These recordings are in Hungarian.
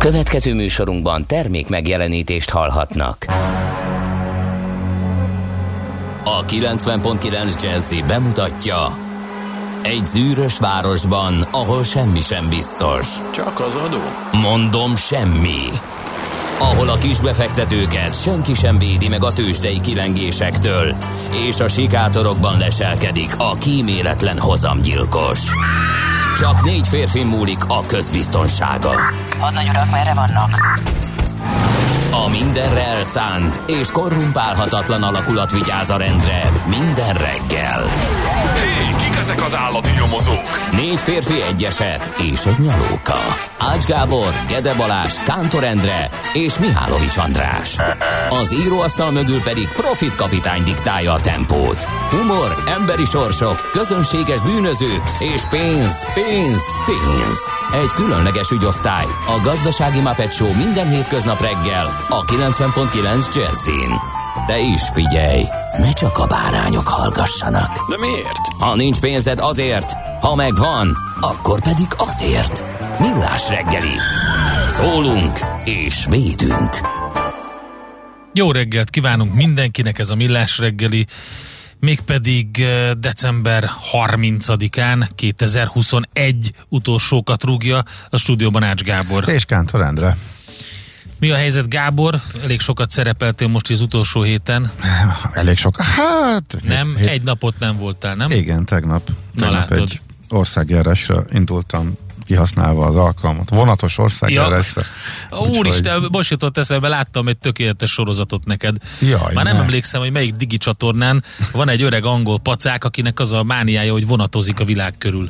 Következő műsorunkban termék megjelenítést hallhatnak. A 90.9 Jazzy bemutatja: egy zűrös városban, ahol semmi sem biztos. Csak az adó? Mondom, semmi. Ahol a kisbefektetőket senki sem védi meg a tőzsdei kilengésektől, és a sikátorokban leselkedik a kíméletlen hozamgyilkos. Csak 4 férfi múlik a közbiztonsága. Hadnagy urak, merre vannak? A mindenre elszánt és korrumpálhatatlan alakulat vigyáz a rendre minden reggel. Hé, kik ezek az állati nyomozók? 4 férfi, egy eset és egy nyalóka. Ács Gábor, Gede Balázs, Kántor Endre és Mihálovics András. Az íróasztal mögül pedig Profit kapitány diktálja a tempót. Humor, emberi sorsok, közönséges bűnözők és pénz, pénz, pénz. Egy különleges ügyosztály, a Gazdasági Muppet Show minden hétköznap reggel a 90.9 Jazzin. De is figyelj, ne csak a bárányok hallgassanak. De miért? Ha nincs pénzed, azért, ha megvan, akkor pedig azért. Millás reggeli. Szólunk és védünk. Jó reggelt kívánunk mindenkinek, ez a Millás reggeli, mégpedig december 30-án 2021 utolsókat rúgja, a stúdióban Ács Gábor. És Kántor Endre. Mi a helyzet, Gábor? Elég sokat szerepeltél most az utolsó héten. Elég sok. Hát... Nem, egy napot nem voltál, nem? Igen, tegnap látod. egy országjárásra indultam, kihasználva az alkalmat. Vonatos országjárásra. Ja. Úristen, most jutott eszembe, láttam egy tökéletes sorozatot neked. Jaj, már nem emlékszem, hogy melyik digi csatornán van egy öreg angol pacák, akinek az a mániája, hogy vonatozik a világ körül.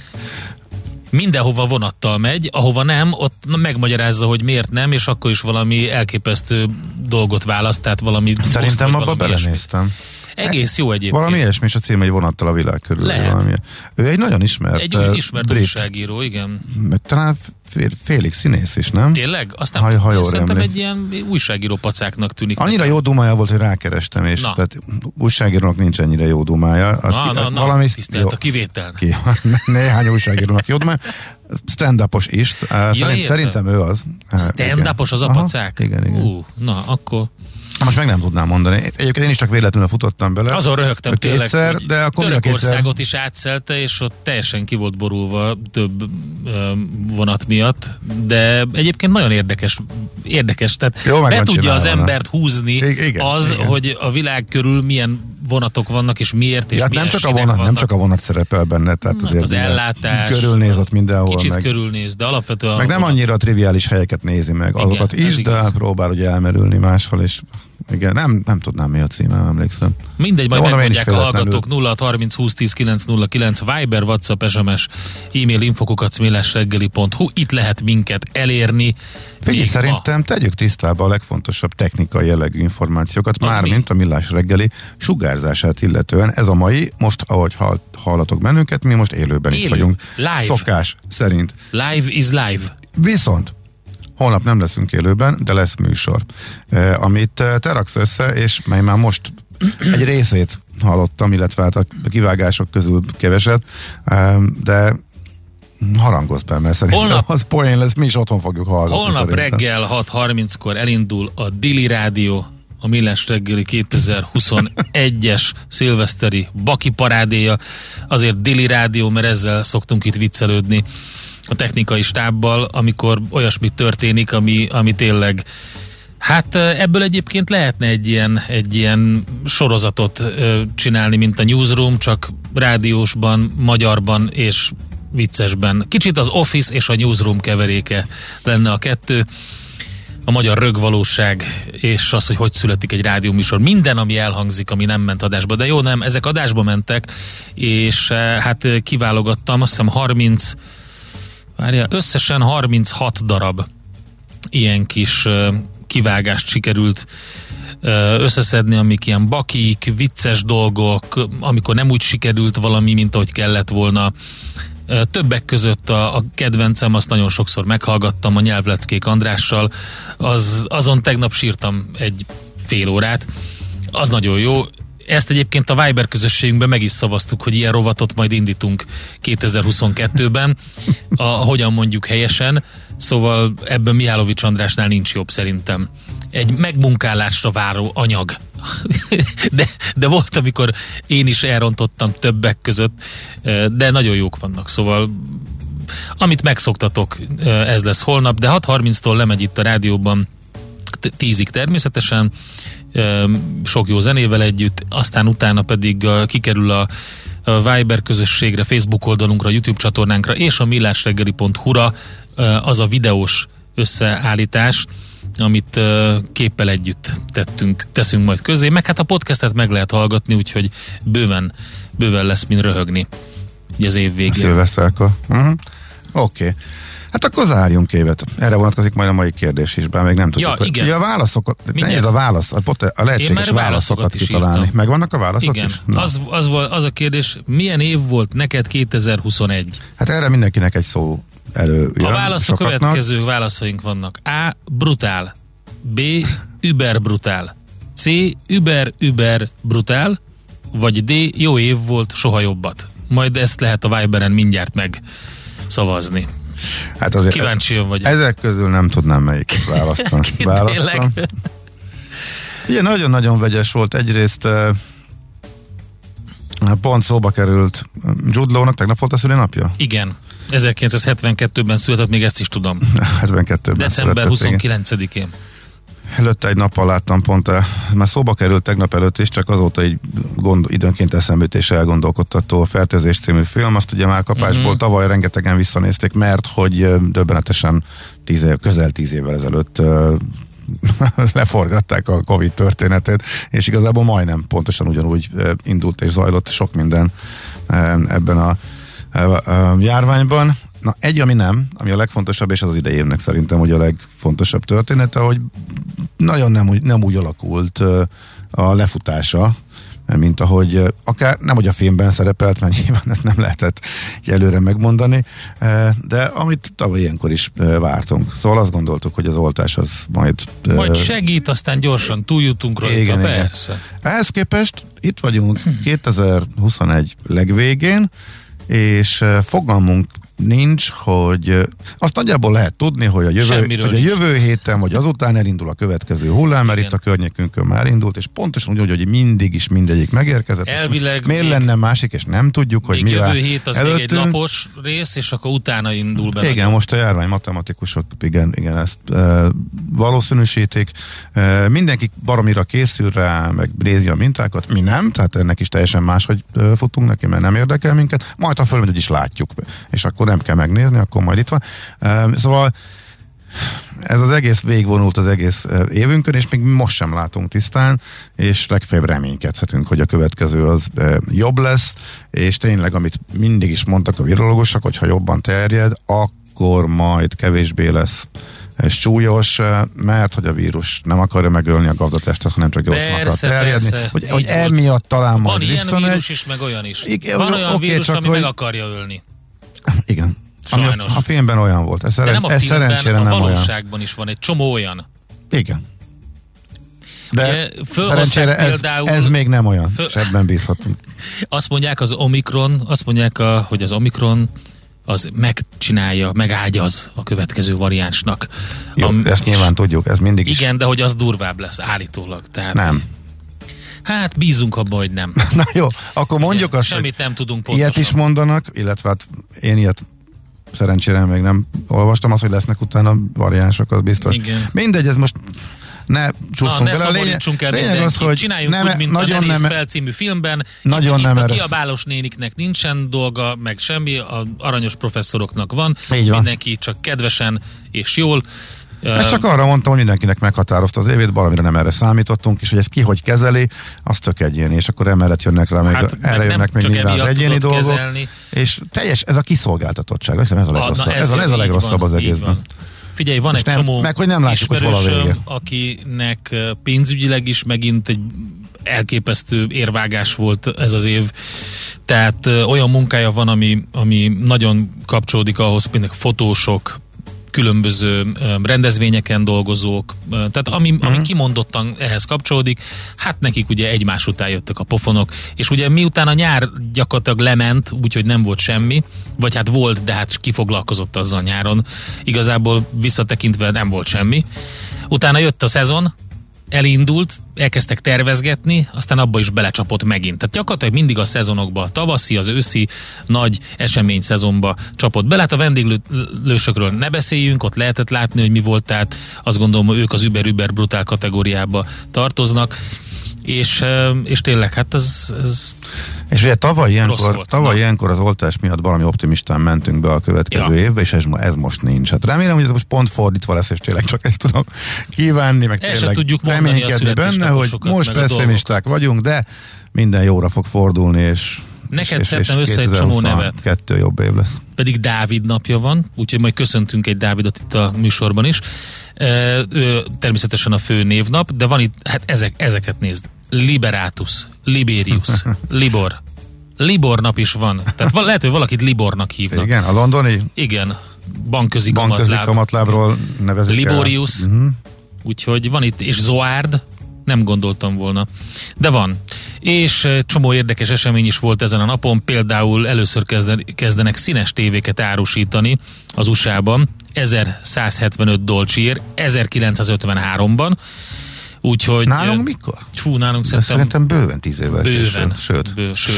Mindenhova vonattal megy, ahova nem, ott megmagyarázza, hogy miért nem, és akkor is valami elképesztő dolgot választ, tehát valami... Szerintem abba belenéztem. Egész jó egyébként. Valami ilyesmi, és a cím egy vonattal a világ körül. Lehet. Ő egy nagyon ismert... Egy úgy ismert újságíró, igen. Talán félig színész is, nem? Tényleg? Aztán szerintem egy ilyen újságíró pacáknak tűnik. Annyira jó dumája volt, hogy rákerestem, és tehát újságírónak nincs ennyire jó dumája. Valami tisztelt a kivétel. Néhány újságírónak jó dumája. Stand-upos is. Szerintem ő az. Stand-upos az a pacák? Igen. Na, akkor... Most meg nem tudnám mondani. Egyébként én is csak véletlenül futottam bele. Azon röhögtem tényleg, kétszer, de akkor Törökországot is átszelte, és ott teljesen ki volt borulva több vonat miatt, de egyébként nagyon érdekes, tehát be tudja az embert húzni igen. Hogy a világ körül milyen vonatok vannak, és miért, és milyen nem csak a vonat szerepel benne, tehát azért az ellátás, körülnéz ott mindenhol. Kicsit körülnéz, de alapvetően... Meg nem annyira triviális helyeket nézi meg, azokat is, de próbál ugye elmerülni máshol, és igen, nem tudnám mi a címe, nem emlékszem. Mindegy, majd megmondják a hallgatók. 0630 20 10 909, Viber, WhatsApp, SMS, e-mail, info@millásreggeli.hu. Itt lehet minket elérni. Figyelj, szerintem tegyük tisztába a legfontosabb technikai jellegű információkat, mármint a Millás reggeli sugárzását illetően. Ez a mai, most ahogy hallatok bennünket, mi most élőben is vagyunk. Live. Szokás szerint. Live is live. Viszont holnap nem leszünk élőben, de lesz műsor, amit te raksz össze, és mely már most egy részét hallottam, illetve hát a kivágások közül keveset, de harangozz be, mert szerintem az poén lesz, mi is otthon fogjuk hallgatni. Holnap reggel 6:30-kor elindul a Dili Rádió, a Millás reggeli 2021-es szilveszteri Baki parádéja. Azért Dili Rádió, mert ezzel szoktunk itt viccelődni a technikai stábbal, amikor olyasmi történik, ami tényleg... Hát ebből egyébként lehetne egy ilyen sorozatot csinálni, mint a Newsroom, csak rádiósban, magyarban és viccesben. Kicsit az Office és a Newsroom keveréke lenne a kettő. A magyar rögvalóság és az, hogy születik egy rádióműsor. Minden, ami elhangzik, ami nem ment adásba. De jó, nem, ezek adásba mentek, és hát kiválogattam, azt hiszem összesen 36 darab ilyen kis kivágást sikerült összeszedni, amik ilyen bakik, vicces dolgok, amikor nem úgy sikerült valami, mint ahogy kellett volna. Többek között a kedvencem, azt nagyon sokszor meghallgattam, a Nyelvleckék Andrással, azon tegnap sírtam egy fél órát, az nagyon jó. Ezt egyébként a Viber közösségünkben meg is szavaztuk, hogy ilyen rovatot majd indítunk 2022-ben, hogyan mondjuk helyesen, szóval ebben Mihálovics Andrásnál nincs jobb szerintem. Egy megmunkálásra váró anyag. de volt, amikor én is elrontottam többek között, de nagyon jók vannak, szóval amit megszoktatok, ez lesz holnap, de 6:30-tól lemegy itt a rádióban 10-ig természetesen, sok jó zenével együtt, aztán utána pedig kikerül a Viber közösségre, Facebook oldalunkra, YouTube csatornánkra és a millásreggeli.hu-ra az a videós összeállítás, amit képpel együtt teszünk majd közé, meg hát a podcastet meg lehet hallgatni, úgyhogy bőven lesz min röhögni így az év végén. Szilveszterkor. Oké. Hát akkor zárjunk évet. Erre vonatkozik majd a mai kérdés is, bár még nem tudjuk. Ja, igen. A válaszokat, nehéz a válasz, a lehetséges válaszokat kitalálni. Írtam. Megvannak a válaszok igen. is? Az a kérdés, milyen év volt neked 2021? Hát erre mindenkinek egy szó előjön. A válaszok következő válaszaink vannak. A. Brutál. B. Überbrutál. C. Über brutál. Vagy D. Jó év volt, soha jobbat. Majd ezt lehet a Viberen mindjárt megszavazni. Hát azért kíváncsian vagyok. Ezek közül nem tudnám melyik választani. Igen, nagyon-nagyon vegyes volt. Egyrészt pont szóba került Jude Law-nak, tegnap volt a szülinapja? Igen. 1972-ben született, még ezt is tudom. 72-ben December 29-én. Előtte egy nappal láttam pont, már szóba került tegnap előtt is, csak azóta így időnként eszembe jut és elgondolkodtató a Fertőzés című film, azt ugye már kapásból tavaly rengetegen visszanézték, mert hogy döbbenetesen közel 10 évvel ezelőtt leforgatták a Covid történetét, és igazából majdnem pontosan ugyanúgy indult és zajlott sok minden ebben a járványban. Na, ami a legfontosabb, és az idei évnek szerintem, hogy a legfontosabb története, hogy nagyon nem úgy alakult a lefutása, mint ahogy akár nem, hogy a filmben szerepelt, mert nyilván ezt nem lehetett előre megmondani, de amit tavaly ilyenkor is vártunk. Szóval azt gondoltuk, hogy az oltás az majd segít, aztán gyorsan túljutunk rajta, igen, persze. Igen. Ehhez képest itt vagyunk 2021 legvégén, és fogalmunk nincs, hogy azt nagyjából lehet tudni, hogy a jövő héten, vagy azután elindul a következő hullám, mert itt a környékünkön már indult, és pontosan úgy, hogy mindig is mindegyik megérkezett. Elvileg miért lenne másik, és nem tudjuk, hogy mivel jövő hét az előttünk. Még egy napos rész, és akkor utána indul be. Igen, nagyon. Most a járvány matematikusok igen ezt valószínűsítik. Mindenki baromira készül rá, meg nézi a mintákat, mi nem, tehát ennek is teljesen máshogy futunk neki, mert nem érdekel minket. Majd ha fölmegy, hogy is látjuk, és akkor nem kell megnézni, akkor majd itt van. Szóval ez az egész végigvonult az egész évünkön, és még most sem látunk tisztán, és legfeljebb reménykedhetünk, hogy a következő az jobb lesz, és tényleg, amit mindig is mondtak a virológusok, hogy ha jobban terjed, akkor majd kevésbé lesz súlyos, mert hogy a vírus nem akarja megölni a gazdatestet, hanem csak gyorsan akar terjedni. Hogy emiatt talán majd visszamegy. Van ilyen vírus is, meg olyan is. Van olyan vírus, ami meg akarja ölni. Igen. Sajnos. A filmben olyan volt. Ez nem a filmben, a valóságban olyan. is van egy csomó olyan. Igen. De szerencsére ez még nem olyan. Ebben bízhatunk. Azt mondják, hogy az Omikron az megcsinálja, megágyaz a következő variánsnak. Jó, ezt nyilván tudjuk, ez mindig is. Igen, de hogy az durvább lesz, állítólag. Tehát nem. Hát bízunk abba, hogy nem. Na jó, akkor mondjuk azt, semmit nem tudunk pontosan. Ilyet is mondanak, illetve hát én ilyet szerencsére még nem olvastam, az, hogy lesznek utána variánsok, az biztos. Igen. Mindegy, ez most ne csúszunk el. Lényeg az, hogy csináljunk úgy, mint a Dennis Fel című filmben. Itt a kiabálós néniknek nincsen dolga, meg semmi, a aranyos professzoroknak van. Mindenki csak kedvesen és jól. Ezt csak arra mondtam, hogy mindenkinek meghatározta az évét, valamire nem erre számítottunk, és hogy ezt ki hogy kezeli, az tök egyéni, és akkor emellett jönnek rá, hát, erre jönnek még nyilván az egyéni dolgok. Kezelni. És teljes, ez a kiszolgáltatottság, hiszem ez a legrosszabb, ez a legrosszabb az egészben. Figyelj, van egy csomó meg, hogy nem látjuk, ismerősöm, akinek pénzügyileg is megint egy elképesztő érvágás volt ez az év. Tehát olyan munkája van, ami nagyon kapcsolódik ahhoz, például fotósok, különböző rendezvényeken dolgozók, tehát ami kimondottan ehhez kapcsolódik, hát nekik ugye egymás után jöttek a pofonok, és ugye miután a nyár gyakorlatilag lement, úgyhogy nem volt semmi, vagy hát volt, de hát kifoglalkozott azzal nyáron, igazából visszatekintve nem volt semmi. Utána jött a szezon, elindult, elkezdtek tervezgetni, aztán abba is belecsapott megint. Tehát gyakorlatilag mindig a szezonokba, a tavaszi, az őszi nagy esemény szezonba csapott bele. Hát a vendéglősökről ne beszéljünk, ott lehetett látni, hogy mi volt, tehát azt gondolom, hogy ők az über brutál kategóriába tartoznak, és tényleg, hát ez és ugye tavaly ilyenkor az oltás miatt valami optimistán mentünk be a következő évbe, és ez most nincs. Hát remélem, hogy ez most pont fordítva lesz, és tényleg csak ezt tudom kívánni, meg tényleg tudjuk reménykedni benne, hogy most pessimisták vagyunk, de minden jóra fog fordulni, és neked szedtem össze egy csomó nevet. 2 jobb év lesz. Pedig Dávid napja van, úgyhogy majd köszöntünk egy Dávidot itt a műsorban is. Ő természetesen a fő névnap, de van itt, hát ezeket nézd. Liberatus, Liberius, Libor nap is van. Tehát lehet, hogy valakit Libornak hívnak. Igen, a londoni? Igen, bankközi kamatlábról nevezik Liborius, úgyhogy van itt, és Zoárd, nem gondoltam volna. De van. És csomó érdekes esemény is volt ezen a napon, például először kezdenek színes tévéket árusítani az USA-ban, 1175 dolcsiért, 1953-ban. Úgyhogy... Nálunk mikor? Nálunk szerintem bőven 10 évvel bőven. Sőt,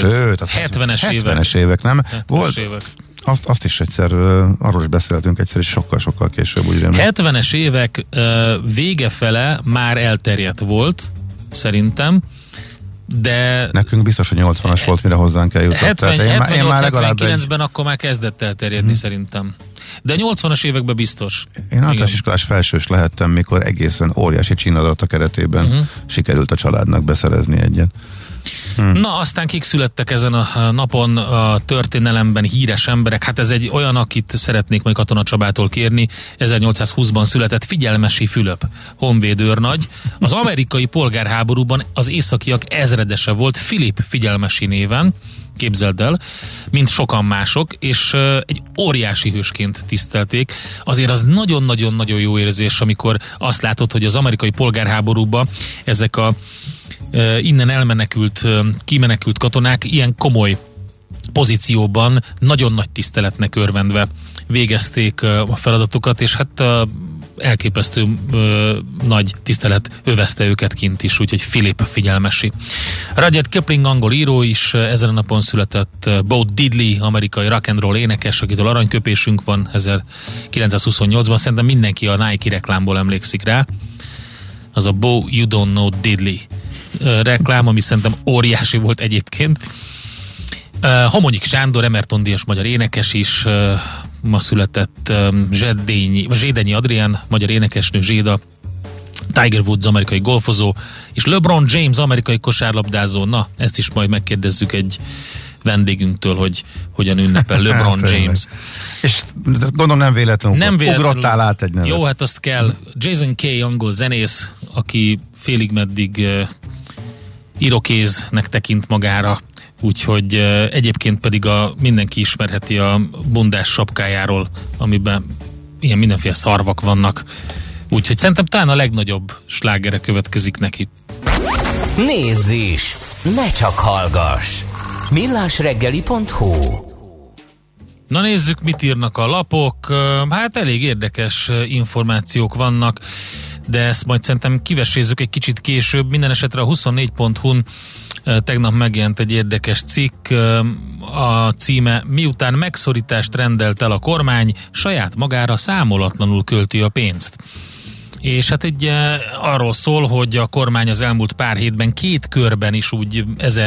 70-es évek, nem? 70-es volt évek. Azt is egyszer, arról is beszéltünk egyszer, és sokkal később, úgy remélem. 70-es évek vége fele már elterjedt volt, szerintem, de... Nekünk biztos, hogy 80-as volt, mire hozzánk eljutott. 78-79-ben akkor már kezdett elterjedni szerintem. De 80-as években biztos. Én általános iskolás felsős lehettem, mikor egészen óriási csinadrata keretében sikerült a családnak beszerezni egyet. Na, aztán kik születtek ezen a napon a történelemben híres emberek? Hát ez egy olyan, akit szeretnék majd Katona Csabától kérni. 1820-ban született Figyelmesi Fülöp, honvédőrnagy. Az amerikai polgárháborúban az északiak ezredese volt, Filip Figyelmesi néven, képzeld el, mint sokan mások, és egy óriási hősként tisztelték. Azért az nagyon-nagyon-nagyon jó érzés, amikor azt látod, hogy az amerikai polgárháborúban ezek a innen kimenekült katonák ilyen komoly pozícióban nagyon nagy tiszteletnek örvendve végezték a feladatokat, és hát elképesztő nagy tisztelet övezte őket kint is, úgyhogy Philip Figyelmesi. Rudyard Kipling angol író is ezen a napon született, Bo Diddley amerikai rock and roll énekes, akitől aranyköpésünk van 1928-ban, szerintem mindenki a Nike reklámból emlékszik rá. Az a Bo You Don't Know Diddley reklám, ami szerintem óriási volt egyébként. Homonyik Sándor, Emerton Díjas magyar énekes is, ma született Zsédenyi Adrián, magyar énekesnő, Zséda, Tiger Woods, amerikai golfozó, és LeBron James, amerikai kosárlabdázó. Na, ezt is majd megkérdezzük egy vendégünktől, hogy hogyan ünnepel LeBron James. És gondolom nem véletlenül ugrottál át egy nevet. Jó, hát azt kell. Jason Kay, angol zenész, aki félig meddig irokéznek tekint magára, úgyhogy egyébként pedig mindenki ismerheti a bundás sapkájáról, amiben ilyen mindenféle szarvak vannak. Úgyhogy szerintem talán a legnagyobb slágere következik neki. Nézz is! Ne csak hallgass! millásreggeli.hu. Na nézzük, mit írnak a lapok. Hát elég érdekes információk vannak, de ezt majd szerintem kivesézzük egy kicsit később. Minden esetre a 24.hu-n tegnap megjelent egy érdekes cikk, a címe: miután megszorítást rendelt el a kormány, saját magára számolatlanul költi a pénzt. És hát arról szól, hogy a kormány az elmúlt pár hétben 2 körben is úgy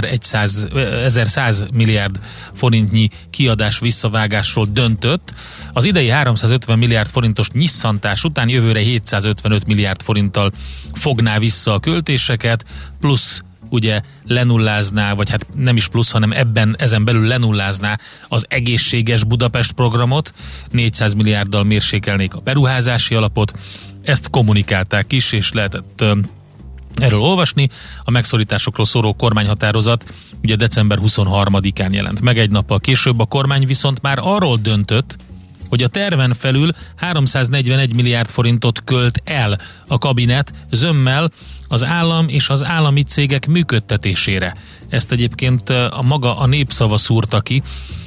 1100 milliárd forintnyi kiadás visszavágásról döntött. Az idei 350 milliárd forintos nyisszantás után jövőre 755 milliárd forinttal fogná vissza a költéseket, plusz ugye lenullázná, vagy hát nem is plusz, hanem ezen belül lenullázná az egészséges Budapest programot, 400 milliárddal mérsékelnék a beruházási alapot. Ezt kommunikálták is, és lehetett erről olvasni. A megszorításokról szóló kormányhatározat ugye december 23-án jelent meg, egy nappal később. A kormány viszont már arról döntött, hogy a terven felül 341 milliárd forintot költ el a kabinet zömmel az állam és az állami cégek működtetésére. Ezt egyébként a Népszava szúrta ki,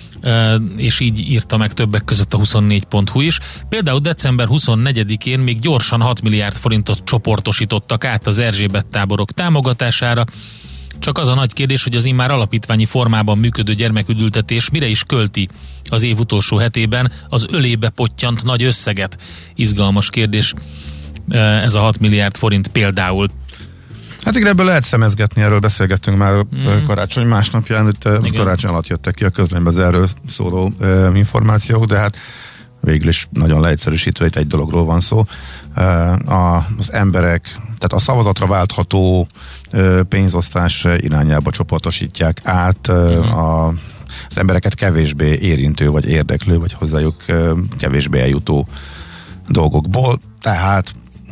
és így írta meg többek között a 24.hu is. Például december 24-én még gyorsan 6 milliárd forintot csoportosítottak át az Erzsébet táborok támogatására. Csak az a nagy kérdés, hogy az immár alapítványi formában működő gyermeküldültetés mire is költi az év utolsó hetében az ölébe pottyant nagy összeget. Izgalmas kérdés ez a 6 milliárd forint például. Hát igen, ebből lehet szemezgetni, erről beszélgettünk már karácsony másnapján, itt karácsony alatt jöttek ki a közlönybe az erről szóló információk, de hát végül is nagyon leegyszerűsítve itt egy dologról van szó. Az emberek, tehát a szavazatra váltható pénzosztás irányába csoportosítják át az embereket kevésbé érintő, vagy érdeklő, vagy hozzájuk kevésbé eljutó dolgokból, tehát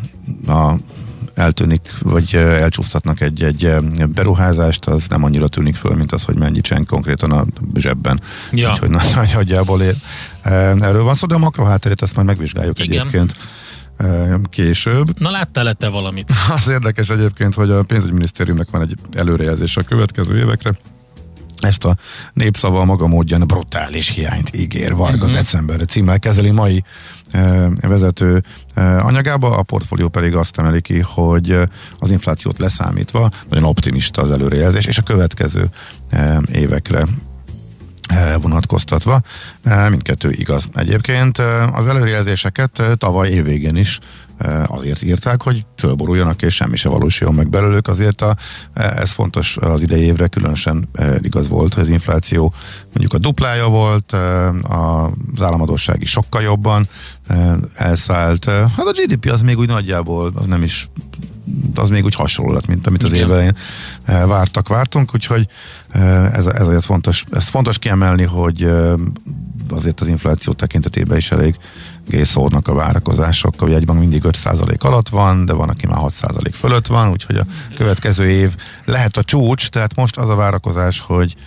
eltűnik, vagy elcsúsztatnak egy beruházást, az nem annyira tűnik föl, mint az, hogy mennyi cseng konkrétan a zsebben. Ja. Úgyhogy nagyjából erről van szó, de a makrohátterét ezt már megvizsgáljuk egyébként később. Na, láttál-e te valamit? Az érdekes egyébként, hogy a pénzügyminisztériumnak van egy előrejelzés a következő évekre. Ezt a Népszava a maga módján brutális hiányt ígér. Varga decemberre címmel kezeli mai vezető anyagába, a portfólió pedig azt emeli ki, hogy az inflációt leszámítva nagyon optimista az előrejelzés, és a következő évekre vonatkoztatva. Mindkettő igaz. Egyébként az előrejelzéseket tavaly évvégén is azért írták, hogy fölboruljanak és semmi se valósuljon meg belőlük, azért ez fontos az idei évre, különösen igaz volt, hogy az infláció mondjuk a duplája volt, az államadósság is sokkal jobban elszállt. Hát a GDP az még úgy nagyjából, az nem is, az még úgy hasonló lett, mint amit az évelején vártunk, úgyhogy ez azért fontos kiemelni, hogy azért az infláció tekintetében is elég szórnak a várakozások, hogy egyben mindig 5% alatt van, de van, aki már 6% fölött van, úgyhogy a következő év lehet a csúcs, tehát most az a várakozás, hogy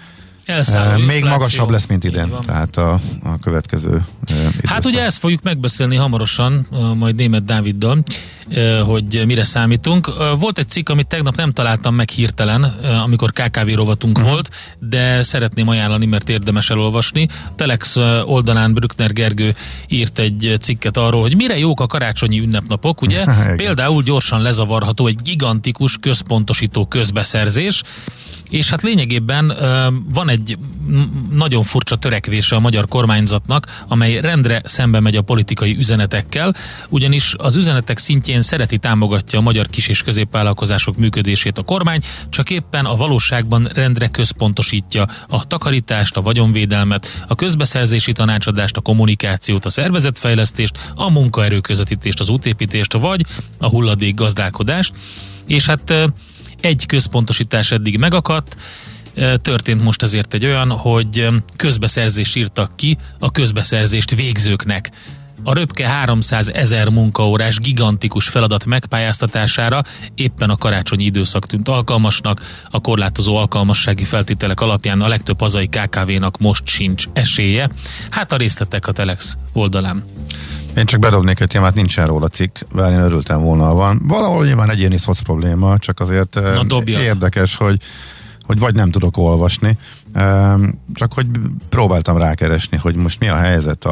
még magasabb lesz, mint idén, tehát a következő időszak. Hát ugye ezt fogjuk megbeszélni hamarosan, majd Németh Dáviddal, hogy mire számítunk. Volt egy cikk, amit tegnap nem találtam meg hirtelen, amikor KKV rovatunk volt, de szeretném ajánlani, mert érdemes elolvasni. Telex oldalán Brückner Gergő írt egy cikket arról, hogy mire jók a karácsonyi ünnepnapok, ugye? Például gyorsan lezavarható egy gigantikus központosító közbeszerzés, és hát lényegében van egy nagyon furcsa törekvése a magyar kormányzatnak, amely rendre szembe megy a politikai üzenetekkel, ugyanis az üzenetek szintjén támogatja a magyar kis- és középvállalkozások működését a kormány, csak éppen a valóságban rendre központosítja a takarítást, a vagyonvédelmet, a közbeszerzési tanácsadást, a kommunikációt, a szervezetfejlesztést, a munkaerőközvetítést, az útépítést, vagy a hulladék gazdálkodást, és hát egy központosítás eddig megakadt, történt most ezért egy olyan, hogy közbeszerzést írtak ki a közbeszerzést végzőknek. A röpke 300 000 munkaórás gigantikus feladat megpályáztatására éppen a karácsonyi időszak tűnt alkalmasnak, a korlátozó alkalmassági feltételek alapján a legtöbb hazai KKV-nak most sincs esélye. Hát a részletek a Telex oldalán. Én csak bedobnék egy témát, nincsen róla cikk, bár én örültem volna, van. Valahol nyilván egyéni szoc probléma, csak azért érdekes, hogy vagy nem tudok olvasni, csak hogy próbáltam rákeresni, hogy most mi a helyzet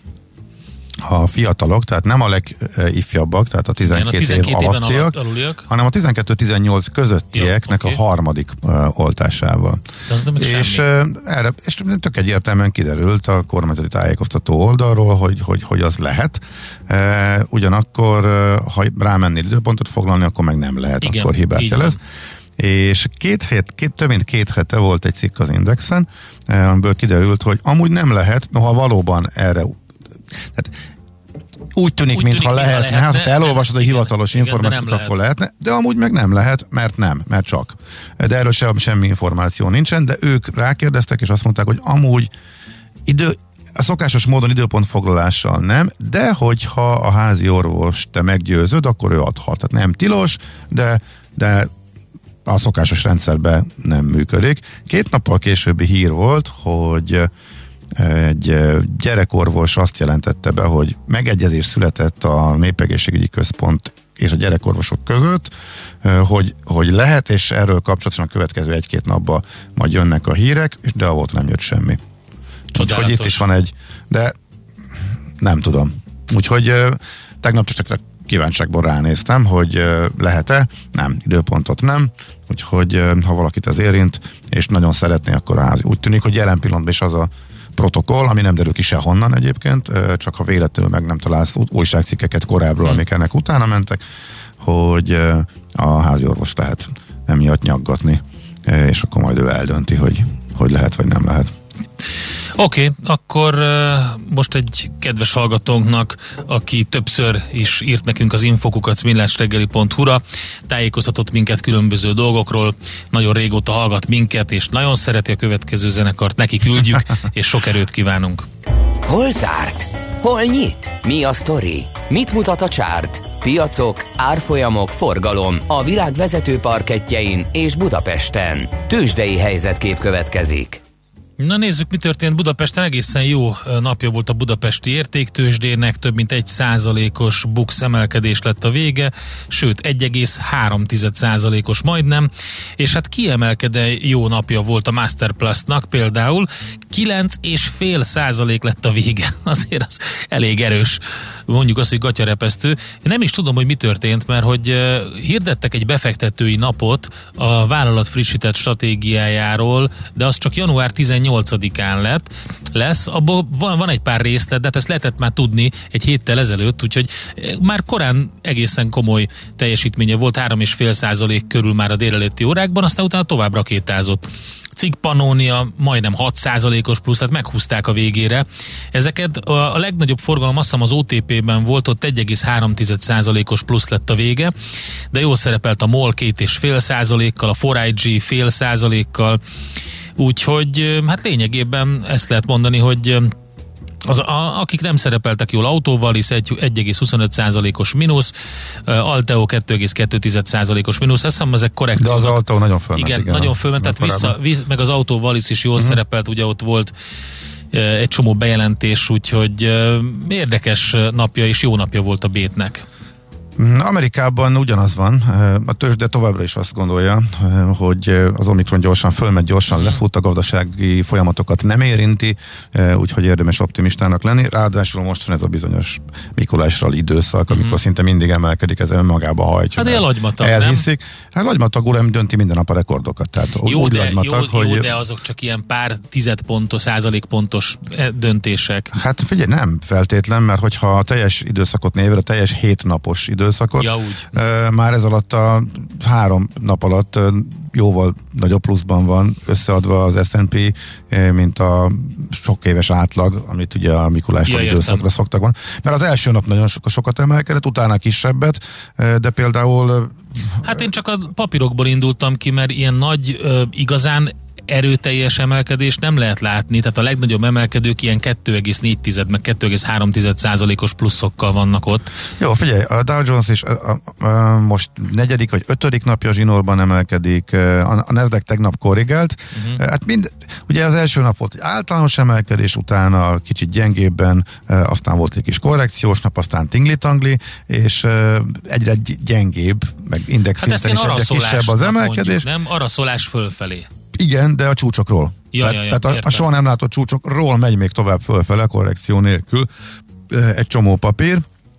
a fiatalok, tehát nem a legifjabbak, tehát a 12 év alattiak, hanem a 12-18 közöttieknek a harmadik oltásával. És tök egyértelműen kiderült a kormányzati tájékoztató oldalról, hogy az lehet. Ugyanakkor, ha rámennél időpontot foglalni, akkor meg nem lehet, igen, akkor hibát jelez. És több mint két hete volt egy cikk az Indexen, amiből kiderült, hogy amúgy nem lehet, noha valóban erre, tehát úgy tűnik, mintha lehetne. Hát, ha te elolvasod a hivatalos információt, akkor lehetne, de amúgy meg nem lehet, mert csak. De erről semmi információ nincsen, de ők rákérdeztek, és azt mondták, hogy amúgy a szokásos módon időpontfoglalással nem, de hogyha a házi orvos te meggyőzöd, akkor ő adhat. Tehát nem tilos, de a szokásos rendszerben nem működik. 2 nappal későbbi hír volt, hogy egy gyerekorvos azt jelentette be, hogy megegyezés született a Népegészségügyi Központ és a gyerekorvosok között, hogy lehet, és erről kapcsolatosan a következő 1-2 napban majd jönnek a hírek, de volt nem jött semmi. Úgyhogy itt is van egy, de nem tudom. Úgyhogy tegnap csak kíváncsiságból ránéztem, hogy lehet-e, nem, időpontot nem, úgyhogy ha valakit ez érint, és nagyon szeretné, akkor úgy tűnik, hogy jelen pillanatban is az a protokoll, ami nem derül ki sehonnan egyébként, csak ha véletlenül meg nem találsz újságcikkeket korábbról, amik ennek utána mentek, hogy a házi orvos lehet emiatt nyaggatni, és akkor majd ő eldönti, hogy lehet vagy nem lehet. Oké, akkor most egy kedves hallgatónknak, aki többször is írt nekünk az info@millásreggeli.hu-ra, tájékoztatott minket különböző dolgokról, nagyon régóta hallgat minket, és nagyon szereti a következő zenekart, neki küldjük, és sok erőt kívánunk. Hol zárt? Hol nyit? Mi a sztori? Mit mutat a csárt? Piacok, árfolyamok, forgalom a világ vezető parkettjein és Budapesten. Tőzsdei helyzetkép következik. Na nézzük, mi történt Budapesten. Egészen jó napja volt a budapesti értéktőzsdének, több mint 1%-os BUX emelkedés lett a vége, sőt 1,3%-os majdnem, és hát kiemelkedő jó napja volt a Masterplastnak például, 9,5% lett a vége, azért az elég erős, mondjuk azt, hogy gatyarepesztő. Én nem is tudom, hogy mi történt, mert hogy hirdettek egy befektetői napot a vállalat frissített stratégiájáról, de az csak január 18-án lesz, abból van egy pár részlet, de hát ezt lehetett már tudni egy héttel ezelőtt, úgyhogy már korán egészen komoly teljesítménye volt, 3,5% körül már a délelőtti órákban, aztán utána tovább rakétázott. Cig Pannonia majdnem 6%-os plusz, tehát meghúzták a végére. Ezeket a legnagyobb forgalom azt hiszem az OTP-ben volt, ott 1,3%-os plusz lett a vége, de jól szerepelt a MOL 2,5%-kal, a 4IG 0,5%-kal, úgyhogy hát lényegében ezt lehet mondani, hogy akik nem szerepeltek jól, Autóvalis 1,25%-os mínusz, Alteo 2,2%-os mínusz, azt hiszem ezek korrekciók. De az Alteo nagyon fölment. Igen, nagyon fölment, tehát meg az Autóvalis is jól szerepelt, ugye ott volt egy csomó bejelentés, úgyhogy érdekes napja és jó napja volt a Bétnek. Amerikában ugyanaz van, a tőzsde továbbra is azt gondolja, hogy az Omikron gyorsan fölmegy, gyorsan lefut, a gazdasági folyamatokat nem érinti, úgyhogy érdemes optimistának lenni. Ráadásul most van ez a bizonyos Mikulásral időszak, amikor szinte mindig emelkedik, ez önmagába hajtja. Hát ilyen lagymatag, elhiszik. Hát lagymatag úr dönti minden nap a rekordokat. Tehát jó, de azok csak ilyen pár tizedpontos, százalékpontos döntések. Hát figyelj, nem feltétlen, mert hogyha a teljes időszakot névre, a teljes 7 napos időszakot, már ez alatt a 3 nap alatt jóval nagyobb pluszban van összeadva az S&P, mint a sok éves átlag, amit ugye a Mikulásra időszakra szoktak van. Mert az első nap nagyon sokat emelkedett, utána kisebbet, de például... Hát én csak a papírokból indultam ki, mert ilyen nagy, igazán erőteljes emelkedést nem lehet látni, tehát a legnagyobb emelkedők ilyen 2,4 meg 2,3%-os pluszokkal vannak ott. Jó, figyelj, a Dow Jones is most 4. vagy 5. napja zsinórban emelkedik, a Nasdaq tegnap korrigált, hát ugye az első nap volt egy általános emelkedés, utána kicsit gyengébben, aztán volt egy kis korrekciós nap, aztán tingli-tangli, és egyre gyengébb, meg index szinten is egyre kisebb az emelkedés. Mondjuk, nem? Araszolás fölfelé. Igen, de a csúcsokról. Tehát a soha nem látott csúcsokról megy még tovább fölfele korrekció nélkül egy csomó papír.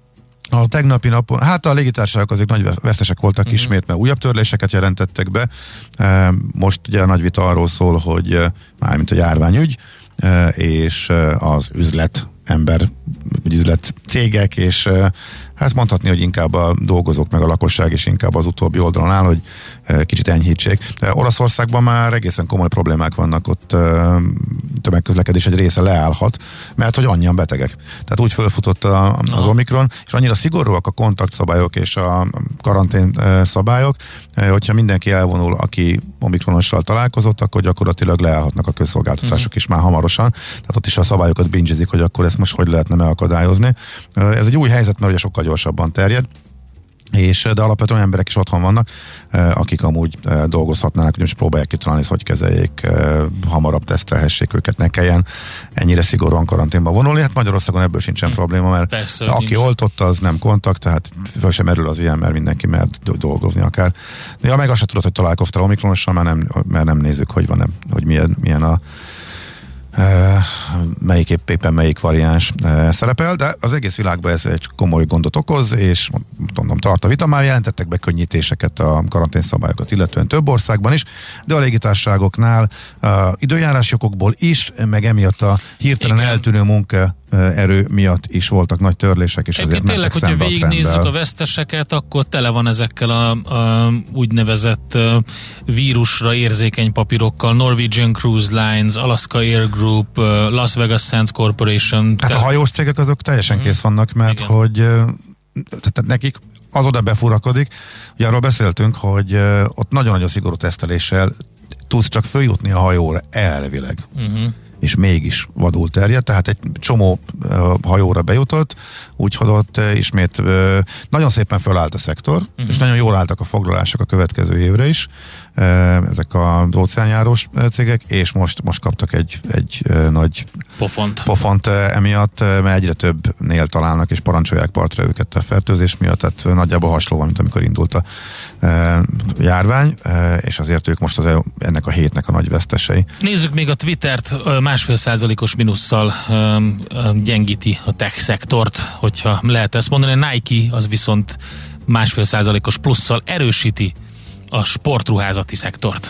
A tegnapi napon, hát a légitársaságok azért nagy vesztesek voltak ismét, mert újabb törléseket jelentettek be. Most ugye a nagy vita arról szól, hogy mármint a járványügy, és az üzlet cégek, és hát mondhatni, hogy inkább a dolgozók meg a lakosság is inkább az utóbbi oldalon áll, hogy kicsit enyhítsék. De Olaszországban már egészen komoly problémák vannak, ott tömegközlekedés egy része leállhat, mert hogy annyian betegek. Tehát úgy fölfutott az Omikron, és annyira szigorúak a kontaktszabályok és a karantén szabályok, hogyha mindenki elvonul, aki omikronossal találkozott, akkor gyakorlatilag leállhatnak a közszolgáltatások is már hamarosan. Tehát ott is a szabályokat bingezik, hogy akkor ezt most hogy lehetne megakadályozni. Ez egy új helyzet, mert ugye sokkal gyorsabban terjed, de alapvetően emberek is otthon vannak, akik amúgy dolgozhatnának, hogy most próbálják kitalálni, hogy hogy hamarabb tesztelhessék őket, ne kelljen ennyire szigorúan karanténba vonulni. Hát Magyarországon ebből sincsen probléma, mert persze, aki oltotta, az nem kontakt, tehát föl sem merül az ilyen, mert mindenki mert dolgozni akár. De meg azt sem tudod, hogy találkoztál Omikronossal, mert nem nézzük, hogy van, hogy milyen a éppen melyik variáns szerepel, de az egész világban ez egy komoly gondot okoz, és mondom, tart a vita. Már jelentettek be könnyítéseket a karanténszabályokat, illetően több országban is, de a légitársaságoknál időjárási okokból is, meg emiatt a hirtelen eltűnő munkaerő miatt is voltak nagy törlések, és ezért tényleg, mentek szembe a trenddel. Hogyha végignézzük a veszteseket, akkor tele van ezekkel a úgynevezett vírusra érzékeny papírokkal. Norwegian Cruise Lines, Alaska Air Group, Las Vegas Sands Corporation. Hát a hajós cégek azok teljesen kész vannak, mert igen, hogy tehát nekik az oda befurakodik. Ugye arról beszéltünk, hogy ott nagyon-nagyon szigorú teszteléssel tudsz csak följutni a hajóra elvileg. És mégis vadul terjed, tehát egy csomó hajóra bejutott, úgyhogy ott ismét nagyon szépen fölállt a szektor, és nagyon jól álltak a foglalások a következő évre is, ezek az óceánjárós cégek, és most kaptak egy nagy pofont emiatt, mert egyre többnél találnak, és parancsolják partra őket a fertőzés miatt, tehát nagyjából hasonló, mint amikor indult a járvány, és azért ők most ennek a hétnek a nagy vesztesei. Nézzük még a Twittert, 1,5%-os minusszal gyengíti a tech szektort, hogyha lehet ezt mondani. A Nike az viszont 1,5%-os plusszal erősíti a sportruházati szektort.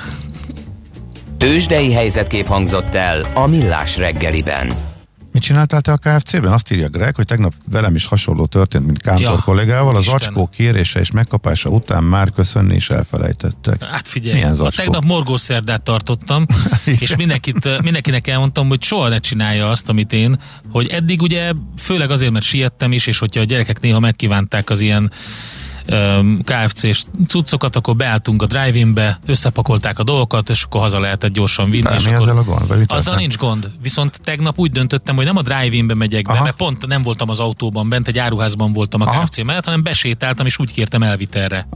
Tőzsdei helyzetkép hangzott el a Millás reggeliben. Mit csináltál te a KFC-ben? Azt írja Greg, hogy tegnap velem is hasonló történt, mint Kántor kollégával. Az zacskó kérése és megkapása után már köszönni is elfelejtettek. Hát figyelj, a tegnap morgószerdát tartottam, és mindenkinek elmondtam, hogy soha ne csinálja azt, amit én, hogy eddig ugye, főleg azért, mert siettem is, és hogyha a gyerekek néha megkívánták az ilyen KFC-s cuccokat, akkor beálltunk a drive-inbe, összepakolták a dolgokat, és akkor haza lehetett gyorsan vinni. És mi ezzel a gond? Azzal nincs gond. Viszont tegnap úgy döntöttem, hogy nem a drive-inbe megyek be, mert pont nem voltam az autóban bent, egy áruházban voltam a KFC mellett, hanem besétáltam, és úgy kértem elvitelre.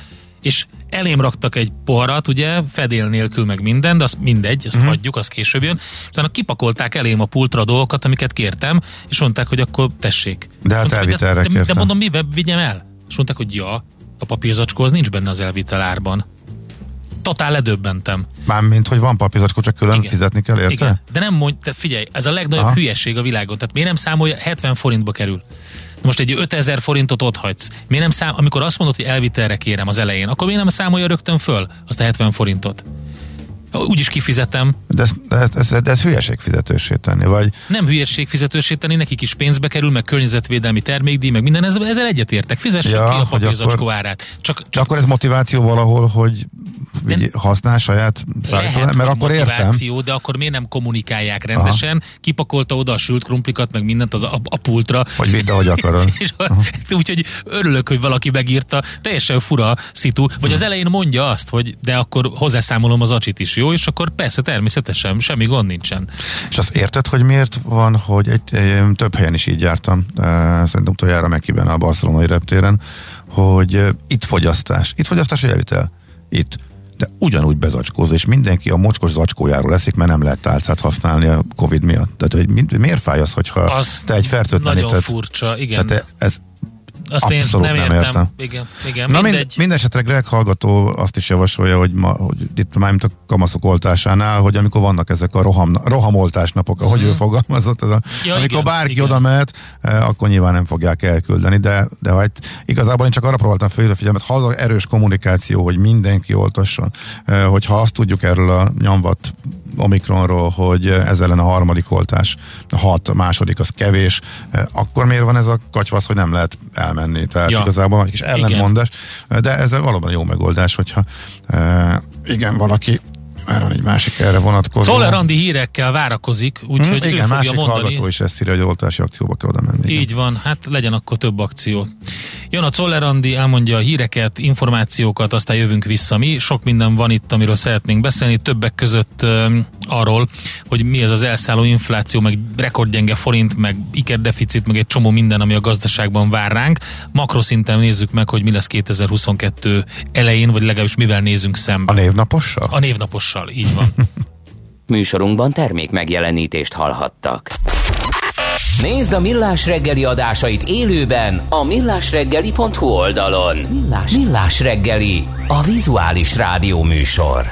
És elém raktak egy poharat, ugye, fedél nélkül meg minden, de az mindegy, azt hagyjuk, az később jön. Utána kipakolták elém a pultra a dolgokat, amiket kértem, és mondták, hogy akkor tessék. De hát elvitelre kértem. De mondom, mivel vigyem el? És mondták, hogy a papírzacskó az nincs benne az elvitel árban. Totál ledöbbentem. Mármint, hogy van papírzacskó, csak külön fizetni kell, érte? Igen. De nem mondj, te figyelj, ez a legnagyobb hülyeség a világon. Tehát miért nem számolja, 70 forintba kerül? Most egy 5000 forintot otthagysz. Miért nem amikor azt mondod, hogy elvitelre kérem az elején, akkor miért nem számolja rögtön föl azt a 70 forintot? Úgyis kifizetem. De ez hülyeség fizetősé tenni, vagy? Nem hülyeség fizetősé tenni, nekik is pénzbe kerül, meg környezetvédelmi termékdíj, meg minden, ezzel egyetértek. Fizessük ki a papírzacskó árát. Csak akkor ez motiváció valahol, hogy használ saját szállítóan, mert akkor motiváció, értem. De akkor miért nem kommunikálják rendesen? Kipakolta oda a sült krumplikat, meg mindent a pultra. Hogy vidd, ahogy akarod. Úgyhogy örülök, hogy valaki megírta. Teljesen fura szitu. Vagy az elején mondja azt, hogy de akkor hozzászámolom az acsit is, jó? És akkor persze természetesen semmi gond nincsen. És azt érted, hogy miért van, hogy több helyen is így jártam, szerintem utoljára Mekiben, a barcelonai reptéren, hogy itt fogyasztás, hogy elvitel. Itt. De ugyanúgy bezacskóz, és mindenki a mocskos zacskójáról eszik, mert nem lehet tálcát használni a Covid miatt. Tehát, hogy miért fáj az, hogyha te egy fertőtlenített... Nagyon furcsa, igen. Tehát ez azt abszolút én nem értem. Igen, na minden esetre Greg hallgató azt is javasolja, hogy itt mármint a kamaszok oltásánál, hogy amikor vannak ezek a rohamoltás napok, ahogy ő fogalmazott, amikor bárki oda mehet, akkor nyilván nem fogják elküldeni, de igazából én csak arra próbáltam fölhívni a figyelmet, ha az erős kommunikáció, hogy mindenki oltasson, hogyha azt tudjuk erről a nyomvat Omikronról, hogy ez ellen a harmadik oltás, a 6, a második az kevés, akkor miért van ez a katyvasz, hogy nem lehet elmenni? Tehát igazából egy kis ellentmondás, de ez valóban jó megoldás, hogyha valaki már van egy másik erre vonatkozó. Czoller Andi hírekkel várakozik, úgyhogy ő fogja másik mondani. Hallgató is ezt írja, hogy oltási akcióba kell oda menni. Így van, hát legyen akkor több akció. Jön a Czoller Andi, elmondja a híreket, információkat, aztán jövünk vissza mi. Sok minden van itt, amiről szeretnénk beszélni, többek között arról, hogy mi ez az elszálló infláció, meg rekordgyenge forint, meg ikerdeficit, meg egy csomó minden, ami a gazdaságban vár ránk. Makroszinten nézzük meg, hogy mi lesz 2022 elején, vagy legalábbis mivel nézünk szembe. A névnapossal? A névnapossal, így van. Műsorunkban termék megjelenítést hallhattak. Nézd a Millás reggeli adásait élőben a millásreggeli.hu oldalon. Millás reggeli, a vizuális rádió műsor.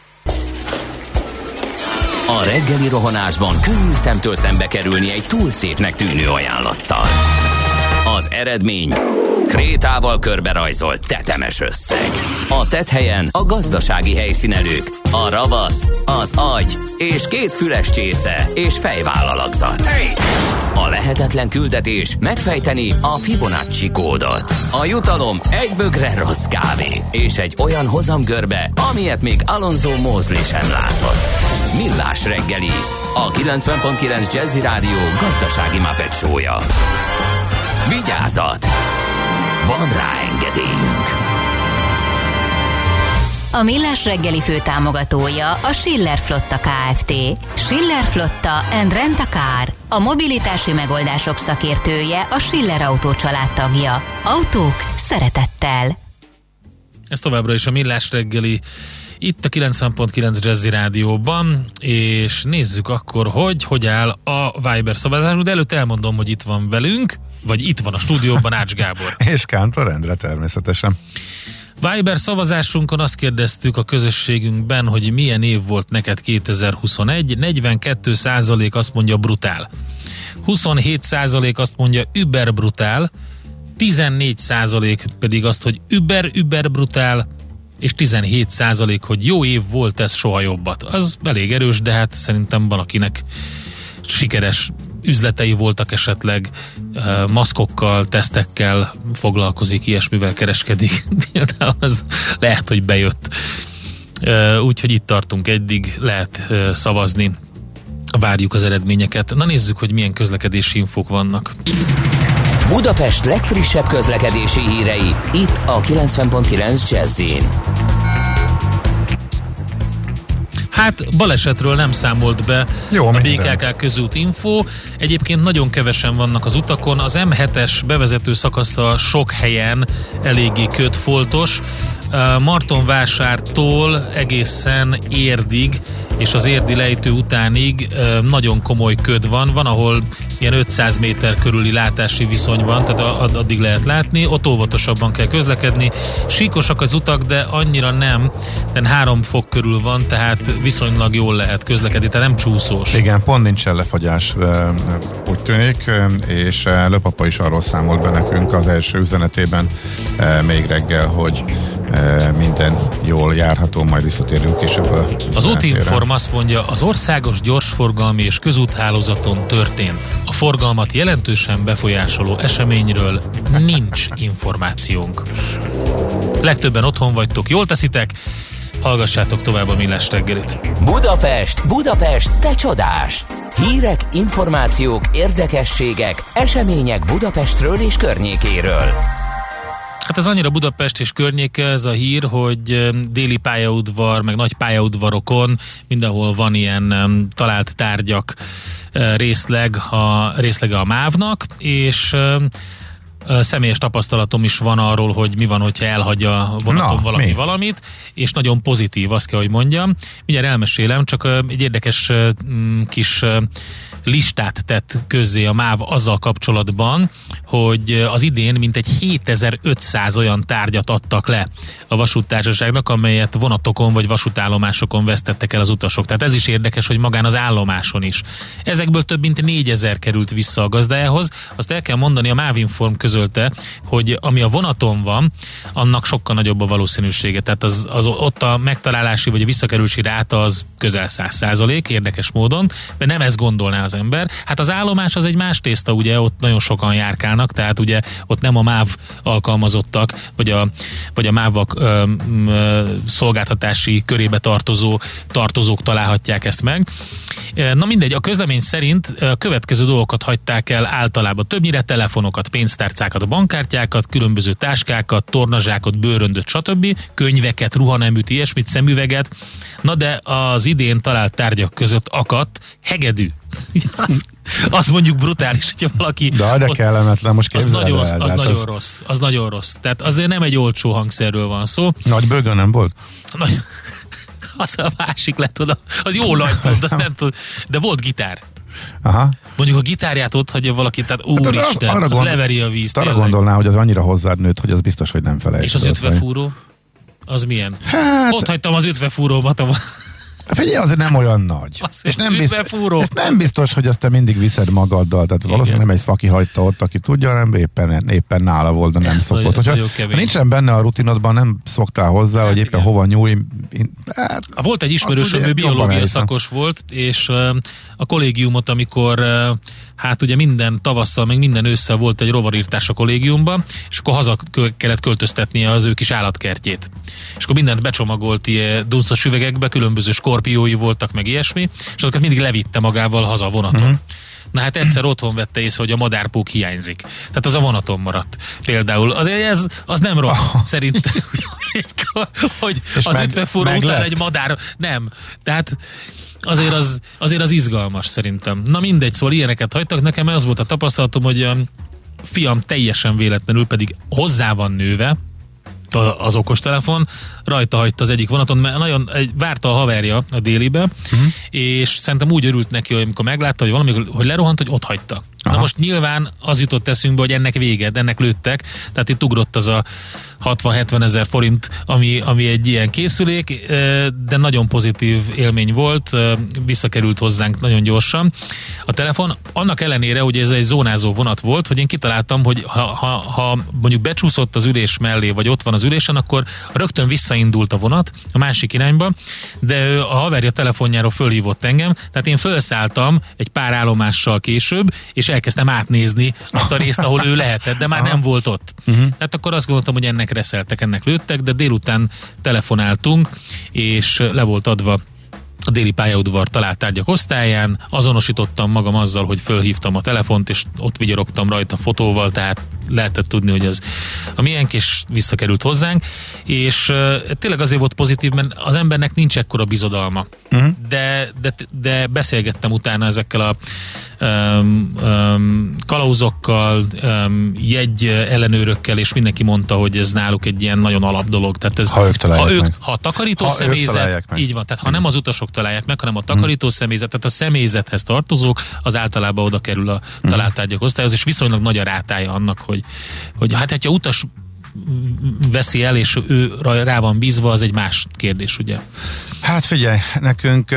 A reggeli rohanásban könnyű szemtől szembe kerülni egy túl szépnek tűnő ajánlattal. Az eredmény krétával körberajzolt tetemes összeg. A tetthelyen a gazdasági helyszínelők, a ravasz, az agy és 2 füles csésze és fejvállalakzat. A lehetetlen küldetés megfejteni a Fibonacci kódot. A jutalom egy bögre rossz kávé és egy olyan hozamgörbe, amilyet még Alonso Mosley sem látott. Millás reggeli, a 90.9 Jazzy Rádió gazdasági Muppet show-ja. Vigyázat! Van rá engedélyünk! A Millás reggeli főtámogatója a Schiller Flotta Kft. Schiller Flotta and Rent a Car. A mobilitási megoldások szakértője, a Schiller Autó család tagja. Autók szeretettel. Ez továbbra is a Millás reggeli, itt a 90.9 Jazzy Rádióban, és nézzük akkor, hogy áll a Viber szavazásunk, de előtt elmondom, hogy itt van velünk, vagy itt van a stúdióban Ács Gábor. És Kántor Endre természetesen. Viber szavazásunkon azt kérdeztük a közösségünkben, hogy milyen év volt neked 2021. 42% azt mondja brutál. 27% azt mondja überbrutál, 14% pedig azt, hogy überbrutál, és 17% hogy jó év volt, ez soha jobbat. Az elég erős, de hát szerintem van, akinek sikeres üzletei voltak esetleg, maszkokkal, tesztekkel foglalkozik, ilyesmivel kereskedik. Ez lehet, hogy bejött. Úgyhogy itt tartunk eddig, lehet szavazni. Várjuk az eredményeket. Na nézzük, hogy milyen közlekedési infók vannak. Budapest legfrissebb közlekedési hírei, itt a 90.9 Jazzyn. Hát balesetről nem számolt be a BKK közút info. Egyébként nagyon kevesen vannak az utakon. Az M7-es bevezető szakasza sok helyen eléggé kötfoltos. Martonvásártól egészen Érdig, és az érdi lejtő utánig nagyon komoly köd van. Van, ahol ilyen 500 méter körüli látási viszony van, tehát addig lehet látni. Ott óvatosabban kell közlekedni. Síkosak az utak, de annyira nem. De 3 fok körül van, tehát viszonylag jól lehet közlekedni, tehát nem csúszós. Igen, pont nincsen lefagyás, úgy tűnik, és Löpapa is arról számolt be nekünk az első üzenetében még reggel, hogy minden jól járható, majd visszatérünk később. Az Útinform azt mondja, az országos gyorsforgalmi és közúthálózaton történt. A forgalmat jelentősen befolyásoló eseményről nincs információnk. Legtöbben otthon vagytok, jól teszitek, hallgassátok tovább a Millás reggelit. Budapest, te csodás! Hírek, információk, érdekességek, események Budapestről és környékéről. Hát ez annyira Budapest és környéke ez a hír, hogy déli pályaudvar, meg nagy pályaudvarokon mindenhol van ilyen talált tárgyak részlege a MÁV-nak, és személyes tapasztalatom is van arról, hogy mi van, hogyha elhagyja a vonaton valamit, és nagyon pozitív, azt kell, hogy mondjam. Mindjárt elmesélem, csak egy érdekes kis listát tett közzé a MÁV azzal kapcsolatban, hogy az idén mintegy 7500 olyan tárgyat adtak le a vasúttársaságnak, amelyet vonatokon vagy vasútállomásokon vesztettek el az utasok. Tehát ez is érdekes, hogy magán az állomáson is. Ezekből több mint 4000 került vissza a gazdájához. Azt el kell mondani, a MÁV-inform közölte, hogy ami a vonaton van, annak sokkal nagyobb a valószínűsége. Tehát az ott a megtalálási vagy a visszakerülési ráta az közel 100%, érdekes módon, de nem ezt gondolná az az ember. Hát az állomás az egy más tészta, ugye, ott nagyon sokan járkálnak, tehát ugye ott nem a MÁV alkalmazottak, vagy a MÁV-ak szolgáltatási körébe tartozók találhatják ezt meg. Na mindegy, a közlemény szerint a következő dolgokat hagyták el általában. Többnyire telefonokat, pénztárcákat, bankkártyákat, különböző táskákat, tornazsákot, bőröndöt, stb. Könyveket, ruhaneműt, ilyesmit, szemüveget. Na de az idén talált tárgyak között akadt hegedű. Az mondjuk brutális, hogyha valaki... De kellemetlen, most képzeld el. Az nagyon rossz. Tehát azért nem egy olcsó hangszerről van szó. Nagy bőgő nem volt? Az a másik lett oda. Az jó nagy volt, azt nem tud. De volt gitár. Aha. Mondjuk a gitárját ott hagyja valaki, tehát úristen, az leveri a vízt. Arra gondolná, hogy az annyira hozzád nőtt, hogy az biztos, hogy nem felejtsd. És az ötvefúró? Az milyen? Hát... Ott hagytam az ötvefúrómat. Figyelj, azért nem olyan nagy. És nem biztos, hogy azt te mindig viszed magaddal. Tehát valószínűleg nem egy szaki hagyta ott, aki tudja, hanem éppen nála volt, de nem szokott. Hogyha nincsen benne a rutinodban, nem szoktál hozzá, hogy éppen hova nyúlj. Volt egy ismerősöm, ő biológia szakos volt, és a kollégiumot, amikor hát ugye minden tavasszal, meg minden ősszel volt egy rovarírtás a kollégiumban, és akkor haza kellett költöztetnie az ő kis állatkertjét. És akkor mindent becsomagolt ilyen dunszos üvegekbe, különböző skorpiói voltak, meg ilyesmi, és azokat mindig levitte magával haza a vonaton. Na hát egyszer otthon vette észre, hogy a madárpók hiányzik. Tehát az a vonaton maradt. Például az nem rossz, szerintem, hogy az ötvefúró után egy madár... Nem. Tehát azért az izgalmas szerintem. Na mindegy, szóval ilyeneket hagytak. Nekem az volt a tapasztalatom, hogy a fiam teljesen véletlenül, pedig hozzá van nőve az okostelefon, rajta hagyta az egyik vonaton, mert nagyon várta a haverja a délibe, és szerintem úgy örült neki, hogy amikor meglátta, hogy valami, hogy lerohant, hogy ott hagyta. Aha. Na most nyilván az jutott eszünkbe, hogy ennek vége, ennek lőttek, tehát itt ugrott az a 60-70 ezer forint, ami egy ilyen készülék, de nagyon pozitív élmény volt, visszakerült hozzánk nagyon gyorsan. A telefon, annak ellenére, hogy ez egy zónázó vonat volt, hogy én kitaláltam, hogy ha mondjuk becsúszott az ülés mellé, vagy ott van az ülésen, akkor rögtön visszaindult a vonat a másik irányba, de ő a haverja telefonjáról fölhívott engem, tehát én felszálltam egy pár állomással később, és elkezdtem átnézni azt a részt, ahol ő lehetett, de már nem volt ott. Tehát akkor azt gondoltam, hogy ennek reszeltek, ennek lőttek, de délután telefonáltunk, és le volt adva a déli pályaudvar talált tárgyak osztályán, azonosítottam magam azzal, hogy fölhívtam a telefont, és ott vigyorogtam rajta fotóval, tehát lehetett tudni, hogy az a miénk, és visszakerült hozzánk, és tényleg azért volt pozitív, mert az embernek nincs ekkora bizodalma. De beszélgettem utána ezekkel a kalauzokkal, jegy ellenőrökkel, és mindenki mondta, hogy ez náluk egy ilyen nagyon alap dolog. Tehát ez, ha a takarító személyzet, így van, tehát ha nem az utasok találják meg, hanem a takarító személyzet, tehát a személyzethez tartozók, az általában oda kerül a talált tárgyak osztályhoz, és viszonylag nagy a rátája annak, hogy hát ha utas veszi el, és ő rá van bízva, az egy más kérdés, ugye? Hát figyelj, nekünk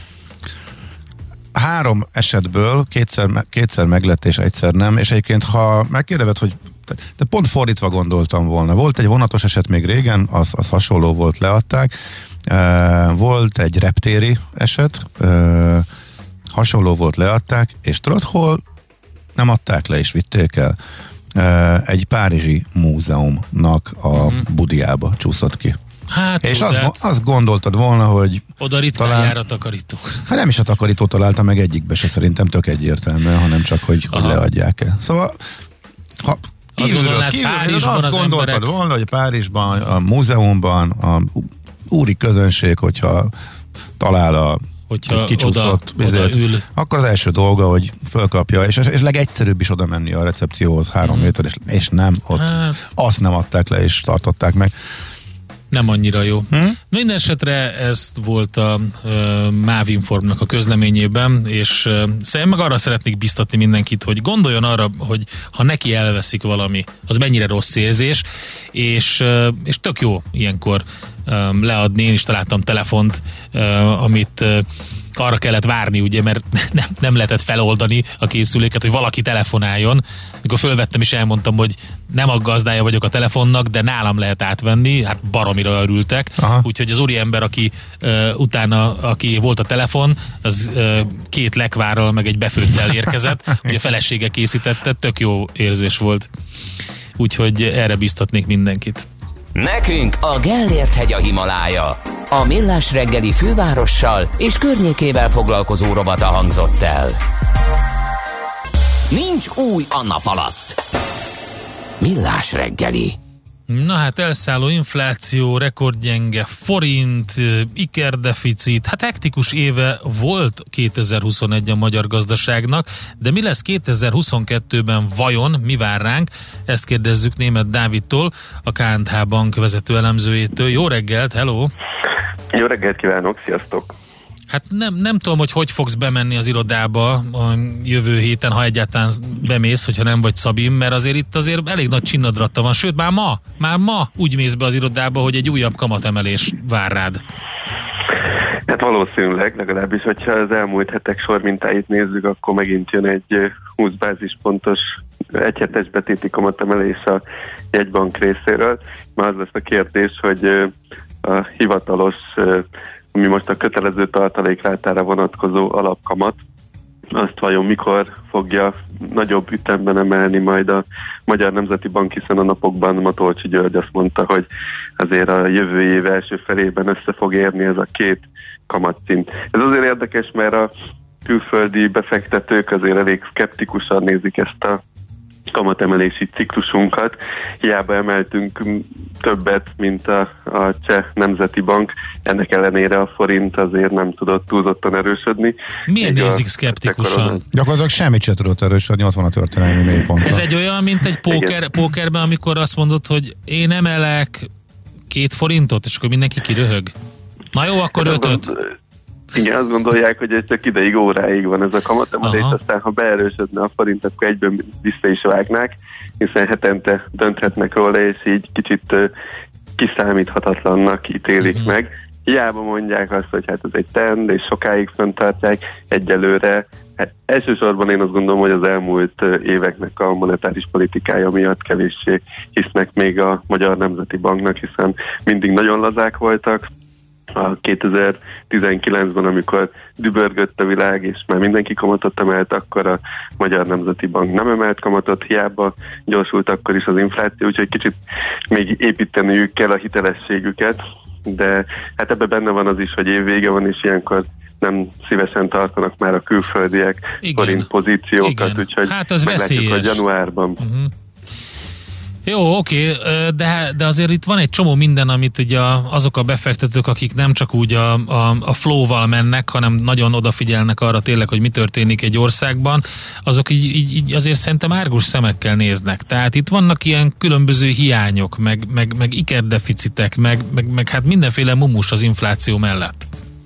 3 esetből kétszer meglett, és egyszer nem, és egyébként, ha megkérdezed, hogy de pont fordítva gondoltam volna. Volt egy vonatos eset még régen, az hasonló volt, leadták. Volt egy reptéri eset, hasonló volt, leadták, és tudod, hol nem adták le, és vitték el? Egy párizsi múzeumnak a budiába csúszott ki. Hát, és azt gondoltad volna, hogy oda ritkán jár a takarító. Hát nem is a takarító találta meg egyikbe se, szerintem tök egyértelműen, hanem csak, hogy leadják el. Szóval ha kívülről azt gondoltad volna, hogy Párizsban, a múzeumban, a úri közönség, hogyha talál hogy kicsúszott, oda ül, akkor az első dolga, hogy fölkapja, és legegyszerűbb is oda menni a recepcióhoz 3 méter, és nem, ott azt nem adták le, és tartották meg. Nem annyira jó. Minden esetre ez volt a MÁV Informnak a közleményében, és meg arra szeretnék biztatni mindenkit, hogy gondoljon arra, hogy ha neki elveszik valami, az mennyire rossz érzés, és tök jó ilyenkor leadni. Én is találtam telefont, amit arra kellett várni, ugye, mert nem lehetett feloldani a készüléket, hogy valaki telefonáljon. Mikor fölvettem és elmondtam, hogy nem a gazdája vagyok a telefonnak, de nálam lehet átvenni, hát baromira örültek. Úgyhogy az úriember, aki utána, aki volt a telefon, az 2 lekvárral meg egy befőttel érkezett, ugye a felesége készítette, tök jó érzés volt. Úgyhogy erre biztatnék mindenkit. Nekünk a Gellért-hegy a Himalája. A Millás reggeli fővárossal és környékével foglalkozó rovata hangzott el. Nincs új a nap alatt. Millás reggeli. Na hát elszálló infláció, rekordgyenge forint, ikerdeficit, hát hektikus éve volt 2021 a magyar gazdaságnak, de mi lesz 2022-ben vajon, mi vár ránk? Ezt kérdezzük Németh Dávidtól, a KNH Bank vezető elemzőjétől. Jó reggelt, hello! Jó reggelt kívánok, sziasztok! Hát nem tudom, hogy fogsz bemenni az irodába a jövő héten, ha egyáltalán bemész, hogyha nem vagy Szabin, mert azért elég nagy csinnadratta van, sőt már ma úgy mész be az irodába, hogy egy újabb kamatemelés vár rád. Hát valószínűleg, legalábbis, hogyha az elmúlt hetek sormintáit nézzük, akkor megint jön egy 20 bázispontos egyhetes betéti kamatemelés a jegybank részéről. Már az lesz a kérdés, hogy a hivatalos, ami most a kötelező tartalékrátára vonatkozó alapkamat, azt vajon mikor fogja nagyobb ütemben emelni majd a Magyar Nemzeti Bank, hiszen a napokban Matolcsy György azt mondta, hogy azért a jövő év első felében össze fog érni ez a 2 kamatszint. Ez azért érdekes, mert a külföldi befektetők azért elég szkeptikusan nézik ezt a kamatemelési ciklusunkat. Hiába emeltünk többet, mint a Cseh Nemzeti Bank, ennek ellenére a forint azért nem tudott túlzottan erősödni. Miért nézik szkeptikusan? Gyakorlatilag semmit se tudott erősödni, ott van a történelmi mélyponton. Ez egy olyan, mint egy pókerben, amikor azt mondod, hogy én emelek 2 forintot, és akkor mindenki kiröhög. Na jó, akkor 5-öt. Igen, azt gondolják, hogy ez csak ideig, óráig van ez a kamatemelés, aztán ha beerősödne a forint, akkor egyben vissza is vágnák, hiszen hetente dönthetnek róla, és így kicsit kiszámíthatatlannak ítélik meg. Hiába mondják azt, hogy hát ez egy trend, és sokáig fenntartják, egyelőre. Hát elsősorban én azt gondolom, hogy az elmúlt éveknek a monetáris politikája miatt kevéssé hisznek még a Magyar Nemzeti Banknak, hiszen mindig nagyon lazák voltak. A 2019-ben, amikor dübörgött a világ, és már mindenki kamatot emelt, akkor a Magyar Nemzeti Bank nem emelt kamatot, hiába gyorsult akkor is az infláció, úgyhogy kicsit még építeniük kell a hitelességüket, de hát ebben benne van az is, hogy évvége van, és ilyenkor nem szívesen tartanak már a külföldiek forint pozíciókat, úgyhogy hát ez meglátjuk, hogy januárban. Jó, oké, de azért itt van egy csomó minden, amit ugye azok a befektetők, akik nem csak úgy a flow-val mennek, hanem nagyon odafigyelnek arra tényleg, hogy mi történik egy országban, azok így azért szerintem árgus szemekkel néznek. Tehát itt vannak ilyen különböző hiányok, meg ikerdeficitek, meg hát mindenféle mumus az infláció mellett.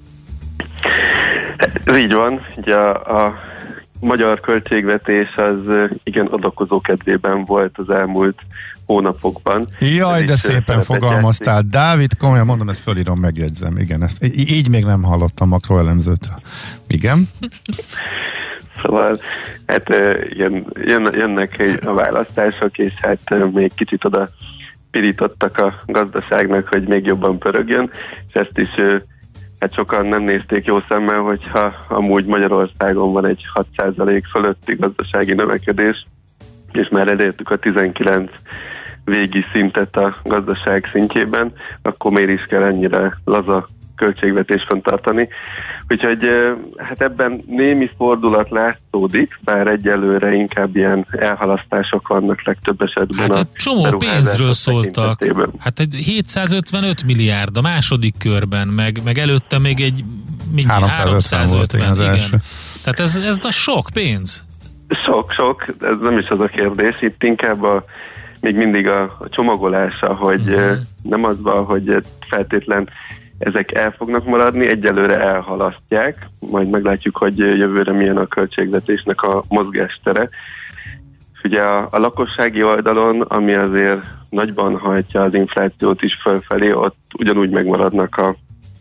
Ez így van, ugye a magyar költségvetés az igen adakozó kedvében volt az elmúlt hónapokban. Jaj, de szépen fogalmaztál. Dávid, komolyan mondom, ezt fölírom, megjegyzem. Igen, ezt így még nem hallottam makroelemzőtől. Igen? Szóval, hát igen, jönnek a választások, és hát még kicsit oda pirítottak a gazdaságnak, hogy még jobban pörögjön, és ezt is hát sokan nem nézték jó szemmel, hogyha amúgy Magyarországon van egy 6% fölötti gazdasági növekedés, és már elértük a 19 végi szintet a gazdaság szintjében, akkor miért is kell ennyire laza költségvetést fenntartani. Úgyhogy hát ebben némi fordulat látszódik, bár egyelőre inkább ilyen elhalasztások vannak legtöbb esetben. Hát egy csomó pénzről szóltak. Hát egy 755 milliárd a második körben, meg előtte még egy 350 igen. Tehát ez sok pénz. Sok, ez nem is az a kérdés. Itt inkább még mindig a csomagolása, hogy nem az van, hogy feltétlen ezek el fognak maradni, egyelőre elhalasztják, majd meglátjuk, hogy jövőre milyen a költségvetésnek a mozgástere. Ugye a lakossági oldalon, ami azért nagyban hajtja az inflációt is fölfelé, ott ugyanúgy megmaradnak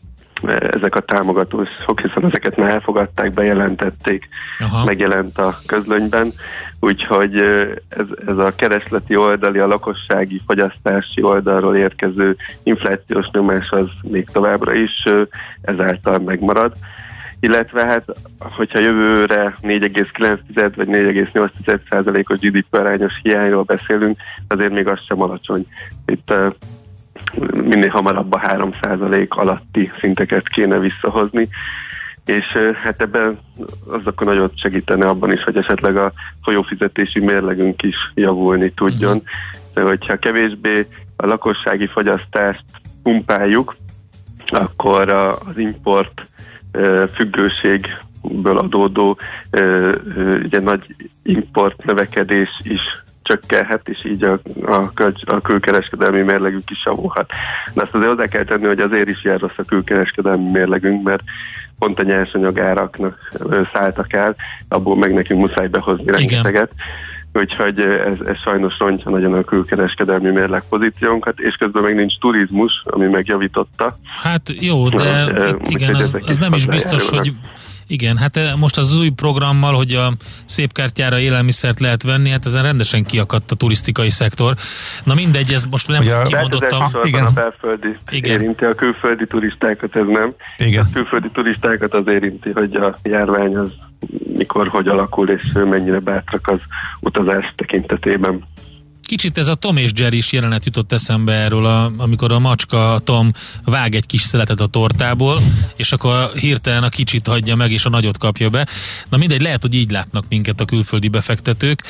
ezek a támogatások, hiszen ezeket már elfogadták, bejelentették, megjelent a közlönyben, úgyhogy ez a keresleti oldali, a lakossági fogyasztási oldalról érkező inflációs nyomás az még továbbra is ezáltal megmarad. Illetve hát, hogyha jövőre 4,9 vagy 4,8%-os GDP arányos hiányról beszélünk, azért még az sem alacsony. Itt minél hamarabb a 3% alatti szinteket kéne visszahozni, és hát ebben az akkor nagyot segítene abban is, hogy esetleg a folyófizetési mérlegünk is javulni tudjon. De hogyha kevésbé a lakossági fogyasztást pumpáljuk, akkor az import függőségből adódó ugye nagy import növekedés is csökkenhet, és így a külkereskedelmi mérlegünk is javulhat. De azt azért hozzá kell tenni, hogy azért is jár rossz a külkereskedelmi mérlegünk, mert pont a nyersanyagáraknak szálltak el, abból meg nekünk muszáj behozni rengeteget. Úgyhogy ez sajnos rontja nagyon a külkereskedelmi mérleg pozíciónkat, és közben meg nincs turizmus, ami megjavította. Hát jó, de igen, az nem is biztos, hogy igen, hát most az új programmal, hogy a szépkártyára élelmiszert lehet venni, hát ezen rendesen kiakadt a turisztikai szektor. Na mindegy, ez most nem kimondottam. Igen. A belföldi érinti, a külföldi turistákat ez nem. Igen. A külföldi turistákat az érinti, hogy a járvány az mikor, hogy alakul, és mennyire bátrak az utazás tekintetében. Kicsit ez a Tom és Jerry is jelenet jutott eszembe erről, amikor a macska, a Tom vág egy kis szeletet a tortából, és akkor hirtelen a kicsit hagyja meg, és a nagyot kapja be. Na mindegy, lehet, hogy így látnak minket a külföldi befektetők.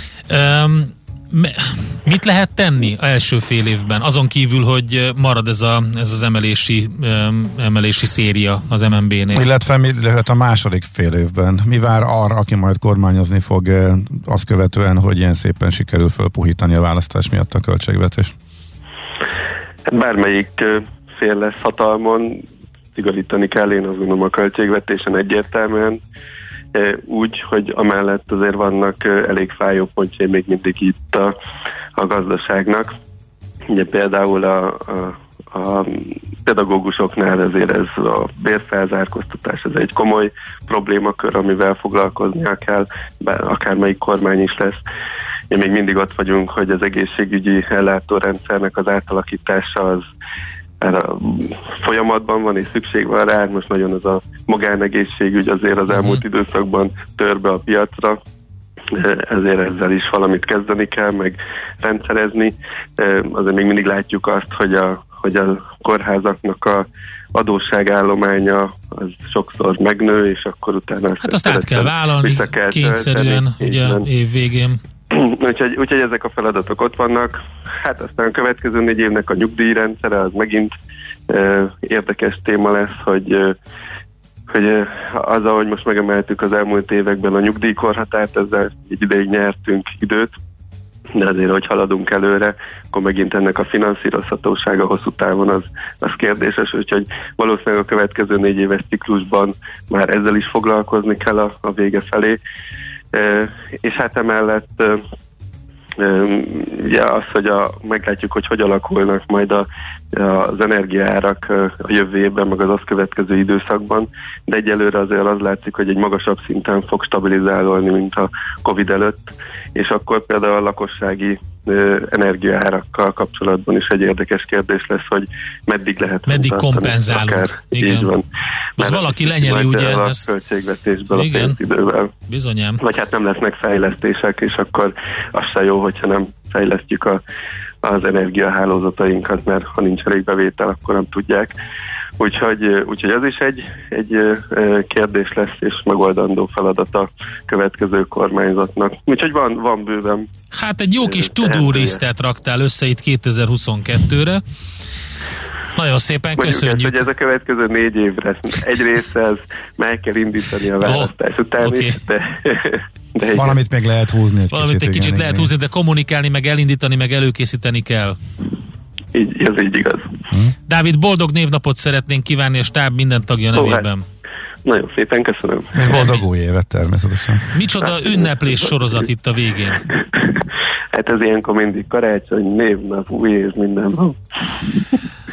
Mit lehet tenni az első fél évben? Azon kívül, hogy marad ez az emelési széria az MNB-nél. Illetve mi lehet a második fél évben? Mi vár arra, aki majd kormányozni fog azt követően, hogy ilyen szépen sikerül fölpuhítani a választás miatt a költségvetés? Bármelyik fél lesz hatalmon, szigorítani kell, én azt gondolom a költségvetésen egyértelműen. Úgy, hogy amellett azért vannak elég fájó pontjai még mindig itt a gazdaságnak. Ugye például a pedagógusoknál azért ez a bérfelzárkóztatás, ez egy komoly problémakör, amivel foglalkoznia kell, akármelyik kormány is lesz. Még mindig ott vagyunk, hogy az egészségügyi ellátórendszernek az átalakítása az folyamatban van, és szükség van rá. Most nagyon az a magánegészségügy azért az elmúlt időszakban tör be a piacra, ezért ezzel is valamit kezdeni kell, meg rendszerezni. Azért még mindig látjuk azt, hogy a kórházaknak a adósságállománya az sokszor megnő, és akkor utána azt át kell vállalni kényszerűen ugye év végén. Úgyhogy ezek a feladatok ott vannak. Hát aztán a következő 4 évnek a nyugdíjrendszere az megint érdekes téma lesz, hogy az, ahogy most megemeltük az elmúlt években a nyugdíjkorhatárt, ezzel egy ideig nyertünk időt, de azért, hogy haladunk előre, akkor megint ennek a finanszírozhatósága hosszú távon az kérdéses, úgyhogy valószínűleg a következő 4 éves ciklusban már ezzel is foglalkozni kell a vége felé. És hát emellett ugye az, hogy meglátjuk, hogy alakulnak majd az energiaárak a jövő évben, meg az azt következő időszakban, de egyelőre azért az látszik, hogy egy magasabb szinten fog stabilizálódni, mint a Covid előtt, és akkor például a lakossági energiaárakkal kapcsolatban is egy érdekes kérdés lesz, hogy meddig lehet kompenzálunk. Igen. Így van. Az valaki lenyeli ugye a költségvetésből a pénzidővel. Bizonyám. Vagy hát nem lesznek fejlesztések, és akkor az se jó, hogyha nem fejlesztjük az energiahálózatainkat, mert ha nincs elég bevétel, akkor nem tudják. Úgyhogy ez is egy kérdés lesz, és megoldandó feladat a következő kormányzatnak. Úgyhogy van bőven. Hát egy jó kis to-do listet raktál össze itt 2022-re. Nagyon szépen köszönjük. Hogy ez a következő 4 évre. Egyrészt ez meg kell indítani a választás után is, de valamit meg lehet húzni egy kicsit lehet húzni, de kommunikálni, meg elindítani, meg előkészíteni kell. Ez így igaz. Dávid, boldog névnapot szeretnénk kívánni a stáb minden tagja nevében. Nagyon szépen köszönöm. És boldog új évet természetesen. Micsoda ünneplés sorozat itt a végén? Hát ez ilyenkor mindig karácsony, névnap, új év, minden van.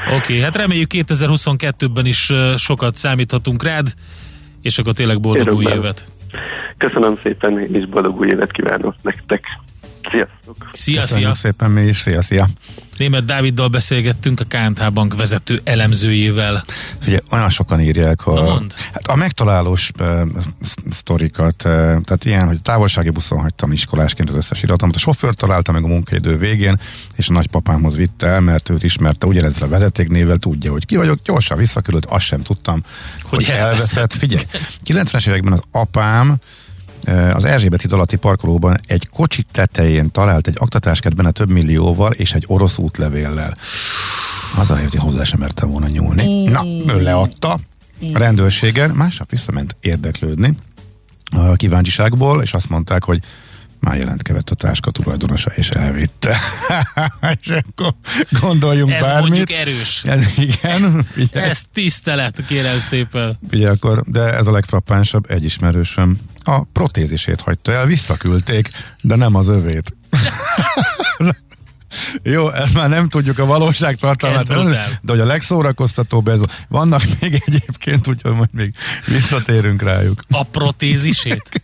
Oké, hát reméljük 2022-ben is sokat számíthatunk rád, és akkor tényleg boldog új évet. Köszönöm szépen, én is boldog új évet kívánok nektek. Sziasztok! Szia! Szépen mi is, szia! Németh Dáviddal beszélgettünk, a KNH Bank vezető elemzőjével. Figyelj, olyan sokan írják, hát a megtalálós sztorikat, tehát ilyen, hogy távolsági buszon hagytam iskolásként az összes iratomat, a sofőr találta meg a munkaidő végén, és a nagypapámhoz vitte el, mert őt ismerte ugyanezzel a vezetéknévvel, tudja, hogy ki vagyok, gyorsan visszaküldött, azt sem tudtam, hogy elveszett. Figyelj, 90-es években az apám az Erzsébet híd alatti parkolóban egy kocsi tetején talált egy aktatáskát benne több millióval és egy orosz útlevéllel. Az a helyet, hogy hozzá sem mertem volna nyúlni. Na, ő leadta a rendőrségen, másnap visszament érdeklődni a kíváncsiságból, és azt mondták, hogy már jelentkezett a táska tulajdonosa, és elvitte. És akkor gondoljunk ez bármit. Ez mondjuk erős. Igen. Figyelj. Ez tisztelet, kérem szépen. Figyelj akkor, de ez a legfrappánsabb, egy ismerősöm a protézisét hagyta el, visszaküldték, de nem az övét. Jó, ezt már nem tudjuk a valóságtartalmát, de hogy a legszórakoztatóbb ez. Vannak még egyébként, úgyhogy majd még visszatérünk rájuk. A protézisét?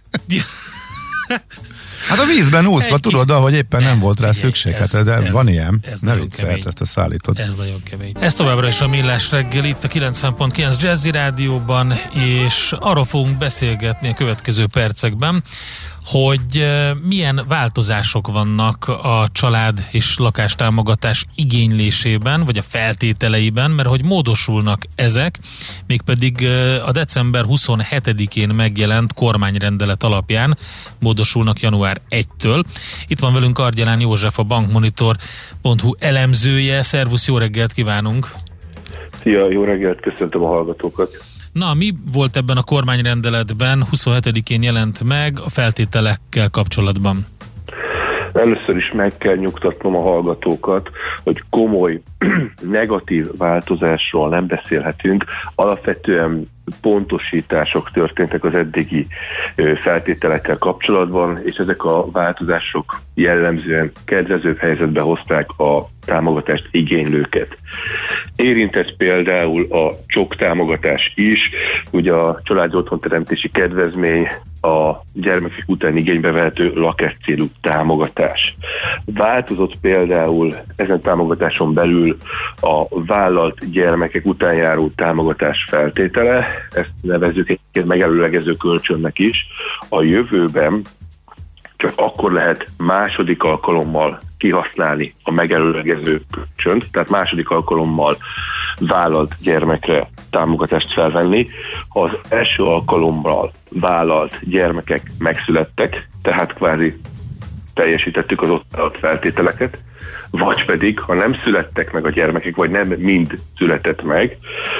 Hát a vízben úszva, tudod, ahogy éppen nem volt rá szükség, de van ilyen. Ne viccelt, ezt a szállítod. Ez nagyon kemény. Ez továbbra is a Millás reggel itt a 90.9 Jazzy Rádióban, és arról fogunk beszélgetni a következő percekben, hogy milyen változások vannak a család és lakástámogatás igénylésében, vagy a feltételeiben, mert hogy módosulnak ezek, mégpedig a december 27-én megjelent kormányrendelet alapján módosulnak január 1-től. Itt van velünk Argyalán József, a bankmonitor.hu elemzője. Szervusz, jó reggelt kívánunk! Szia, jó reggelt, köszöntöm a hallgatókat! Na, mi volt ebben a kormányrendeletben, 27-én jelent meg a feltételekkel kapcsolatban? Először is meg kell nyugtatnom a hallgatókat, hogy komoly negatív változásról nem beszélhetünk. Alapvetően pontosítások történtek az eddigi feltételekkel kapcsolatban, és ezek a változások jellemzően kedvezőbb helyzetbe hozták a támogatást igénylőket. Érintett például a csok támogatás is, ugye a családi otthonteremtési kedvezmény, a gyermekek után igénybe vehető lakáscélú támogatás. Változott például ezen támogatáson belül a vállalt gyermekek után járó támogatás feltétele, ezt nevezzük egy megelőlegező kölcsönnek is. A jövőben csak akkor lehet második alkalommal kihasználni a megelőlegező kölcsönt, tehát második alkalommal vállalt gyermekre támogatást felvenni, ha az első alkalommal vállalt gyermekek megszülettek, tehát kvázi teljesítettük az ott adott feltételeket, vagy pedig, ha nem születtek meg a gyermekek, vagy nem mind született meg,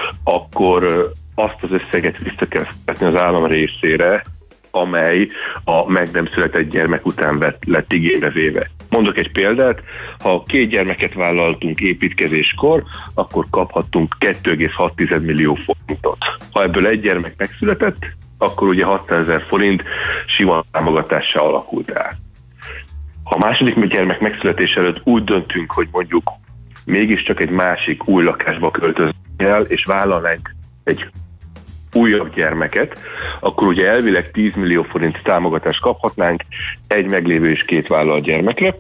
akkor azt az összeget vissza kell fizetni az állam részére, amely a meg nem született gyermek után lett igénybe véve. Mondok egy példát, ha 2 gyermeket vállaltunk építkezéskor, akkor kaphattunk 2,6 millió forintot. Ha ebből egy gyermek megszületett, akkor ugye 600 000 forint sima támogatással alakult át. Ha a második gyermek megszületés előtt úgy döntünk, hogy mondjuk mégiscsak egy másik új lakásba költözünk el, és vállalnánk egy újabb gyermeket, akkor ugye elvileg 10 millió forint támogatást kaphatnánk egy meglévő és 2 vállalt gyermekre.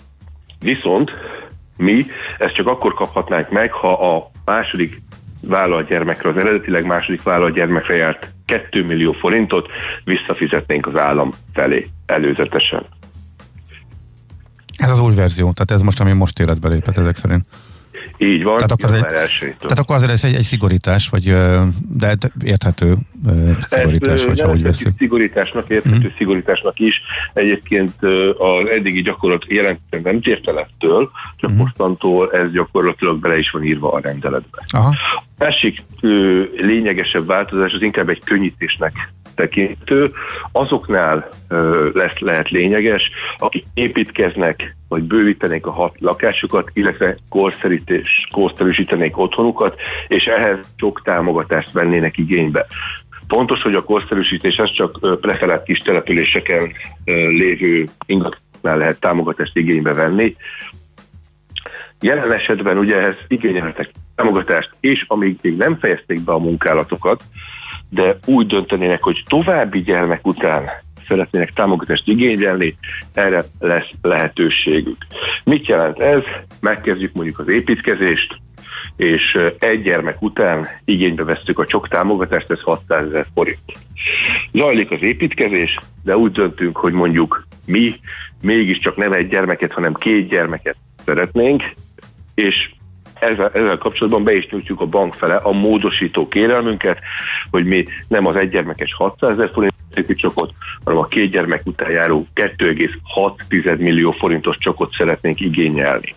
Viszont mi ezt csak akkor kaphatnánk meg, ha a második vállalt gyermekre, az eredetileg második vállalt gyermekre járt 2 millió forintot visszafizetnénk az állam felé előzetesen. Ez az új verzió, tehát ez most, ami most életbe lépett ezek szerint. Így van, tehát akkor azért ez egy szigorítás, vagy, de érthető szigorítás, hogyha úgy veszünk. Szigorításnak, érthető szigorításnak is. Egyébként az eddigi gyakorlat jelentően nem tért el ettől, csak mostantól ez gyakorlatilag bele is van írva a rendeletbe. Aha. A másik lényegesebb változás az inkább egy könnyítésnek tekintő, azoknál lehet lényeges, akik építkeznek, vagy bővítenék a lakásukat, illetve korszerűsítenék otthonukat, és ehhez sok támogatást vennének igénybe. Pontos, hogy a korszerűsítés az csak preferált kis településeken lévő ingatlanoknál lehet támogatást igénybe venni. Jelen esetben ugye ehhez igényeltek támogatást, és amíg még nem fejezték be a munkálatokat, de úgy döntenének, hogy további gyermek után szeretnének támogatást igényelni, erre lesz lehetőségük. Mit jelent ez? Megkezdjük mondjuk az építkezést, és egy gyermek után igénybe vesztük a csok támogatást, ez 600 000 forint. Zajlik az építkezés, de úgy döntünk, hogy mondjuk mi mégiscsak nem egy gyermeket, hanem 2 gyermeket szeretnénk, és ezzel kapcsolatban be is nyújtjuk a bank fele a módosító kérelmünket, hogy mi nem az egygyermekes 600 000 forint csokot, hanem a 2 gyermek után járó 2,6 millió forintos csokot szeretnénk igényelni.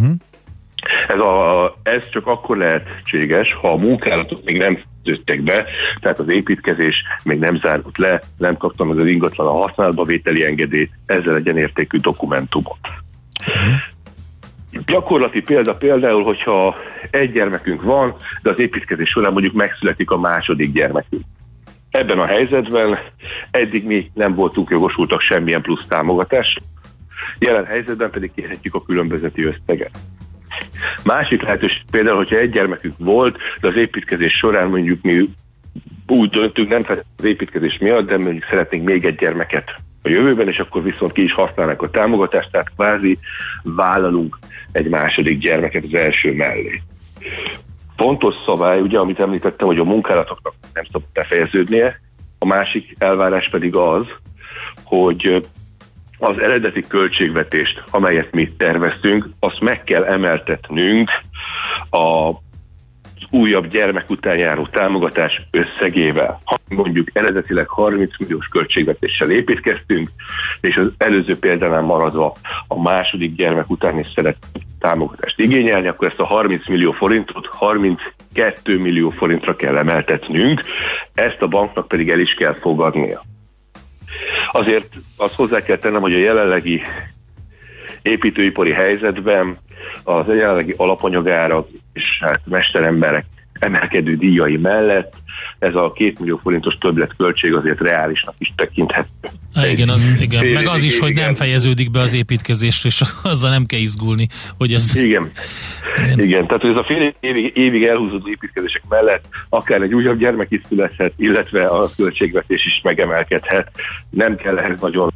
Ez csak akkor lehetséges, ha a munkálatok még nem fejeződtek be, tehát az építkezés még nem zárult le, nem kaptam az ingatlan a használatba vételi engedélyt, ezzel egyenértékű dokumentumot. Gyakorlati például, hogyha egy gyermekünk van, de az építkezés során mondjuk megszületik a második gyermekünk. Ebben a helyzetben eddig mi nem voltunk jogosultak semmilyen plusz támogatásra, jelen helyzetben pedig kérhetjük a különbözeti összeget. Másik lehetőség például, hogyha egy gyermekünk volt, de az építkezés során mondjuk mi úgy döntünk, nem az építkezés miatt, de mondjuk szeretnénk még egy gyermeket a jövőben, és akkor viszont ki is használnak a támogatást, tehát kvázi vállalunk egy második gyermeket az első mellé. Fontos szabály, ugye, amit említettem, hogy a munkálatoknak nem szabad befejeződnie, a másik elvárás pedig az, hogy az eredeti költségvetést, amelyet mi terveztünk, azt meg kell emeltetnünk az újabb gyermek után járó támogatás összegével. Ha mondjuk eredetileg 30 milliós költségvetéssel építkeztünk, és az előző példánál maradva a második gyermek után is szeretnénk támogatást igényelni, akkor ezt a 30 millió forintot 32 millió forintra kell emeltetnünk, ezt a banknak pedig el is kell fogadnia. Azért azt hozzá kell tennem, hogy a jelenlegi építőipari helyzetben az jelenlegi alapanyagárak és mesteremberek emelkedő díjai mellett ez a 2 millió forintos többletköltség azért reálisnak is tekinthető. Igen, meg az is, hogy nem fejeződik be az építkezés, és azzal nem kell izgulni, hogy ez... Igen, tehát ez a fél évig elhúzódó építkezések mellett akár egy újabb gyermek is születhet, illetve a költségvetés is megemelkedhet. Nem kell ehhez nagyon...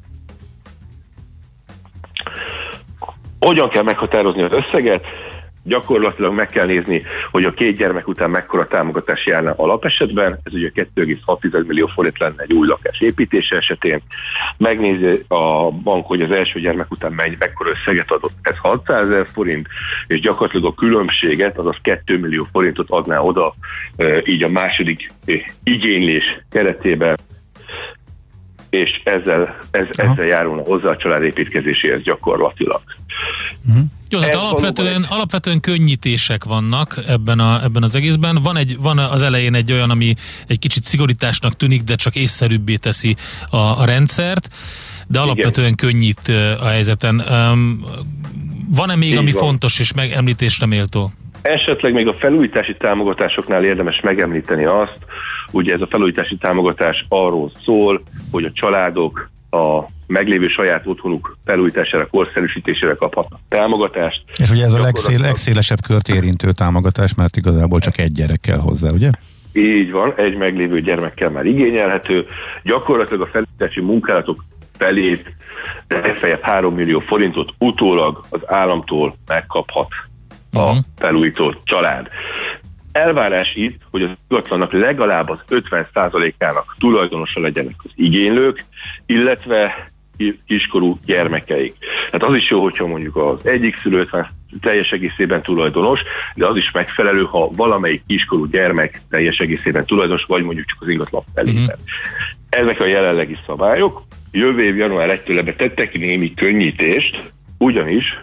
Hogyan kell meghatározni az összeget? Gyakorlatilag meg kell nézni, hogy a 2 gyermek után mekkora támogatás járna alapesetben, ez ugye 2,6 millió forint lenne egy új lakás építése esetén. Megnézi a bank, hogy az első gyermek után mekkora összeget adott, ez 600 000 forint, és gyakorlatilag a különbséget, azaz 2 millió forintot adná oda így a második igénylés keretében, és ezzel járulna hozzá a család építkezéséhez gyakorlatilag. Jó, hát alapvetően könnyítések vannak ebben az egészben. Van az elején egy olyan, ami egy kicsit szigorításnak tűnik, de csak észszerűbbé teszi a rendszert, de alapvetően könnyít a helyzeten. Van-e még, ami fontos és megemlítésre méltó? Esetleg még a felújítási támogatásoknál érdemes megemlíteni azt, ugye ez a felújítási támogatás arról szól, hogy a családok a meglévő saját otthonuk felújítására, korszerűsítésére kaphatnak támogatást. És ugye ez a legszélesebb kört érintő támogatás, mert igazából csak egy gyerek kell hozzá, ugye? Így van, egy meglévő gyermekkel már igényelhető. Gyakorlatilag a felújítási munkálatok felét, de legfeljebb 3 millió forintot utólag az államtól megkaphat a felújító család. Elvárás itt, hogy az ingatlannak legalább az 50%-ának tulajdonosa legyenek az igénylők, illetve kiskorú gyermekeik. Tehát az is jó, hogyha mondjuk az egyik szülő teljes egészében tulajdonos, de az is megfelelő, ha valamelyik kiskorú gyermek teljes egészében tulajdonos, vagy mondjuk csak az ingatlan felében. Ezek a jelenlegi szabályok. Jövő év január 1-től ebbe tettek némi könnyítést, ugyanis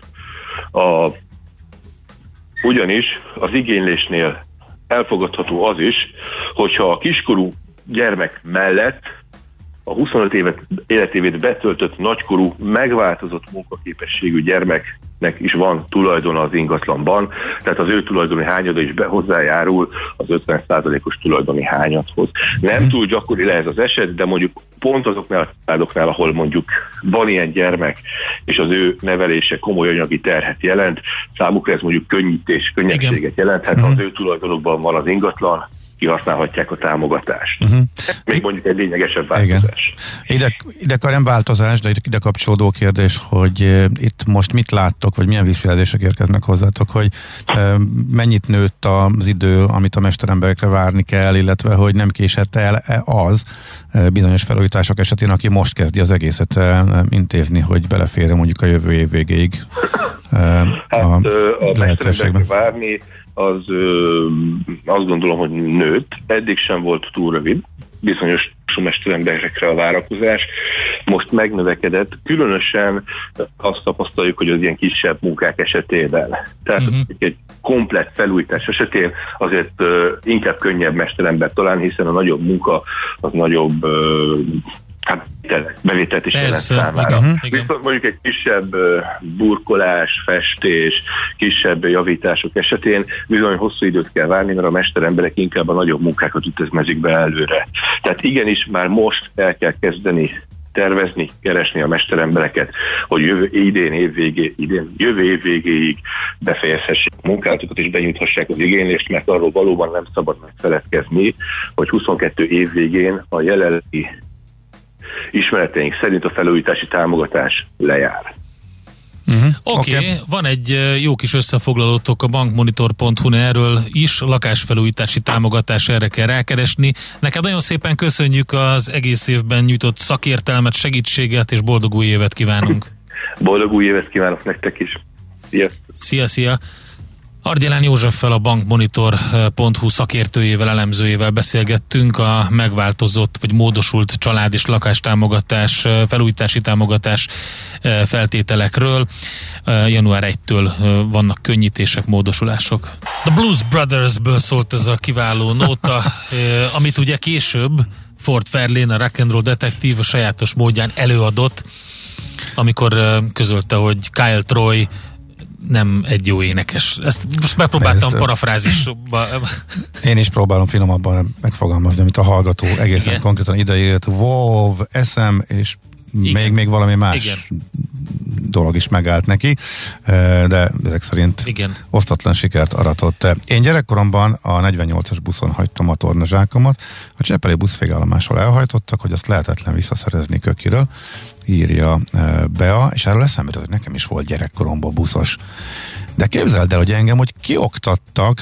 az igénylésnél elfogadható az is, hogyha a kiskorú gyermek mellett a 25 életévét betöltött nagykorú, megváltozott munkaképességű gyermeknek is van tulajdona az ingatlanban, tehát az ő tulajdoni hányada is hozzájárul az 50%-os tulajdoni hányadhoz. Nem túl gyakori lehet az eset, de mondjuk pont azoknál a családoknál, ahol mondjuk van ilyen gyermek, és az ő nevelése komoly anyagi terhet jelent, számukra ez mondjuk könnyebbséget jelenthet, ha az ő tulajdonokban van az ingatlan, kihasználhatják a támogatást. Még mondjuk egy lényegesebb változás. Ide nem változás, de ide kapcsolódó kérdés, hogy itt most mit láttok, vagy milyen visszajelzések érkeznek hozzátok, hogy mennyit nőtt az idő, amit a mesteremberekre várni kell, illetve hogy nem késett el az bizonyos felújítások esetén, aki most kezdi az egészet intézni, hogy beleférje mondjuk a jövő év végéig a mesteremberekre várni, az azt gondolom, hogy nőtt. Eddig sem volt túl rövid, bizonyos mesteremberekre a várakozás. Most megnövekedett, különösen azt tapasztaljuk, hogy az ilyen kisebb munkák esetében. Tehát egy komplett felújítás esetén azért inkább könnyebb mesterembert találni, hiszen a nagyobb munka az nagyobb bevételt is jelent számára. Viszont mondjuk egy kisebb burkolás, festés, kisebb javítások esetén bizony hosszú időt kell várni, mert a mesteremberek inkább a nagyobb munkákat ütemezik be előre. Tehát igenis már most el kell kezdeni tervezni, keresni a mesterembereket, hogy jövő év végéig befejezhessék a munkálatokat és benyújthassák az igénylést, mert arról valóban nem szabad megfeledkezni, hogy 22 év végén a jelenlegi ismereteink szerint a felújítási támogatás lejár. Oké. Van egy jó kis összefoglalótok a bankmonitor.hu-n erről is, lakásfelújítási támogatás, erre kell rákeresni. Neked nagyon szépen köszönjük az egész évben nyújtott szakértelmet, segítséget, és boldog új évet kívánunk. Boldog új évet kívánok nektek is. Szia! Argyelán Józseffel, a bankmonitor.hu szakértőjével, elemzőjével beszélgettünk a megváltozott vagy módosult család és lakástámogatás, felújítási támogatás feltételekről. Január 1-től vannak könnyítések, módosulások. The Blues Brothersből szólt ez a kiváló nóta, amit ugye később Ford Fairlane, a Rock and Roll detektív a sajátos módján előadott, amikor közölte, hogy Kyle Troy nem egy jó énekes. Ezt most megpróbáltam parafrázisba. Én is próbálom finomabban megfogalmazni, amit a hallgató egészen konkrétan ideírt. Wow, eszem, és még valami más dolog is megállt neki, de ezek szerint osztatlan sikert aratott. Én gyerekkoromban a 48-as buszon hagytam a tornazsákomat, a Csepeli buszvégállomásról elhajtottak, hogy azt lehetetlen visszaszerezni Kökiről, írja Bea, és erről eszembe jutott, hogy nekem is volt gyerekkoromban buszos. De képzeld el, hogy engem hogy kioktattak,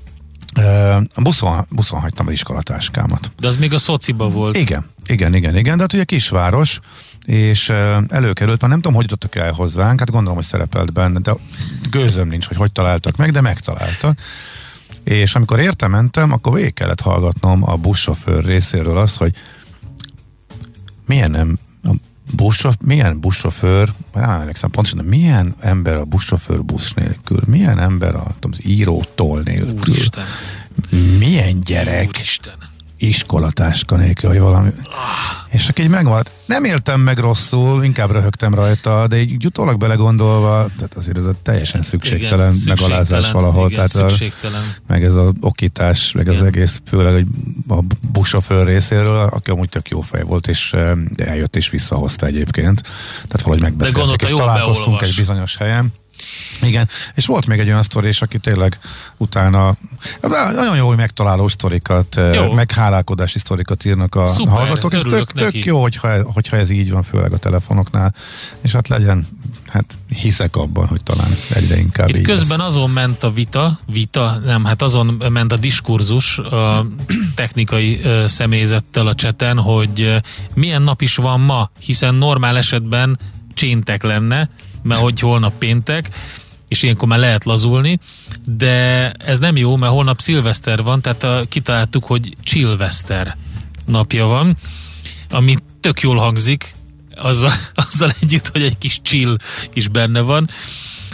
buszon hagytam az iskolatáskámat. De az még a szociba volt. Igen, de hát ugye kisváros, és előkerült, már nem tudom, hogy jutottak el hozzánk, hát gondolom, hogy szerepelt benne, de gőzöm nincs, hogy találtak meg, de megtaláltak. És amikor mentem, akkor végig kellett hallgatnom a buszsofőr részéről azt, hogy milyen buszsofőr, nem emlékszem pontosan, de milyen ember a buszsofőr busz nélkül, milyen ember az író toll nélkül, Úristen. Milyen gyerek iskolatáska nélkül, vagy valami. És csak így megmaradt. Nem éltem meg rosszul, inkább röhögtem rajta, de így utólag belegondolva, tehát azért ez a teljesen szükségtelen megalázás valahol. Igen, tehát meg ez az okítás, meg az egész, főleg a buszsofőr részéről, aki amúgy tök jó fej volt, és eljött és visszahozta egyébként. Tehát valahogy megbeszéltük, és találkoztunk egy bizonyos helyen. Igen, és volt még egy olyan sztori, és aki tényleg utána nagyon jó megtaláló sztorikat, meg hálálkodási sztorikat írnak a hallgatók, és tök jó, hogyha ez így van, főleg a telefonoknál, és hát legyen, hát hiszek abban, hogy talán egyre inkább itt így közben lesz. Azon ment a azon ment a diskurzus a technikai személyzettel a cseten, hogy milyen nap is van ma, hiszen normál esetben cséntek lenne, mert hogy holnap péntek, és ilyenkor már lehet lazulni, de ez nem jó, mert holnap szilveszter van, tehát kitaláltuk, hogy chillveszter napja van, ami tök jól hangzik, azzal együtt, hogy egy kis chill is benne van.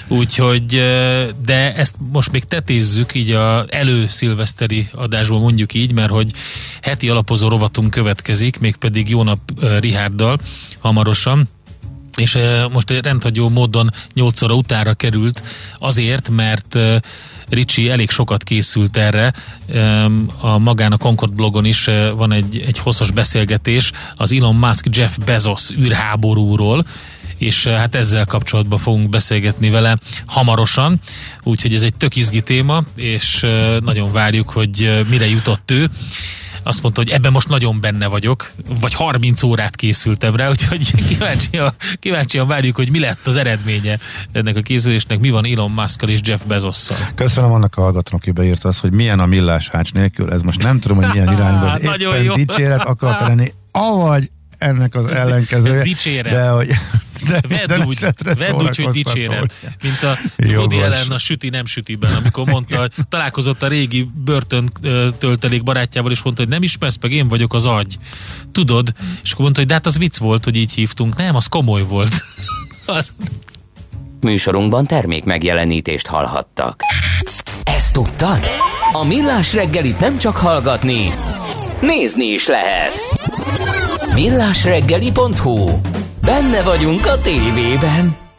Úgyhogy, de ezt most még tetézzük így a előszilveszteri adásból, mondjuk így, mert hogy heti alapozó rovatunk következik, mégpedig Jó nap Richárddal hamarosan, és most rendhagyó módon 8 óra utára került azért, mert Ricsi elég sokat készült erre, a magán a Concord blogon is van egy hosszas beszélgetés az Elon Musk Jeff Bezos űrháborúról, és hát ezzel kapcsolatban fogunk beszélgetni vele hamarosan, úgyhogy ez egy tök izgi téma, és nagyon várjuk, hogy mire jutott ő. Azt mondta, hogy ebben most nagyon benne vagyok, vagy 30 órát készültem rá, úgyhogy kíváncsian várjuk, hogy mi lett az eredménye ennek a készülésnek, mi van Elon Muskkal és Jeff Bezosszal. Köszönöm annak a hallgatónak, aki beírta azt, hogy milyen a millás hács nélkül, ez most nem tudom, hogy milyen irányba, ez éppen dicséret akarta lenni, avagy ennek az ellenkezője. Ez dicséret. De, hogy, vedd úgy, hogy dicséret. Mint a Woody Allen a Süti nem sütiben, amikor mondta, hogy találkozott a régi börtöntöltelék barátjával, és mondta, hogy nem ismersz meg, én vagyok az agy. Tudod? És akkor mondta, hogy de hát az vicc volt, hogy így hívtunk. Nem, az komoly volt. Műsorunkban termék megjelenítést hallhattak. Ezt tudtad? A Millás reggelit nem csak hallgatni, nézni is lehet. millásreggeli.hu. Benne vagyunk a tévében.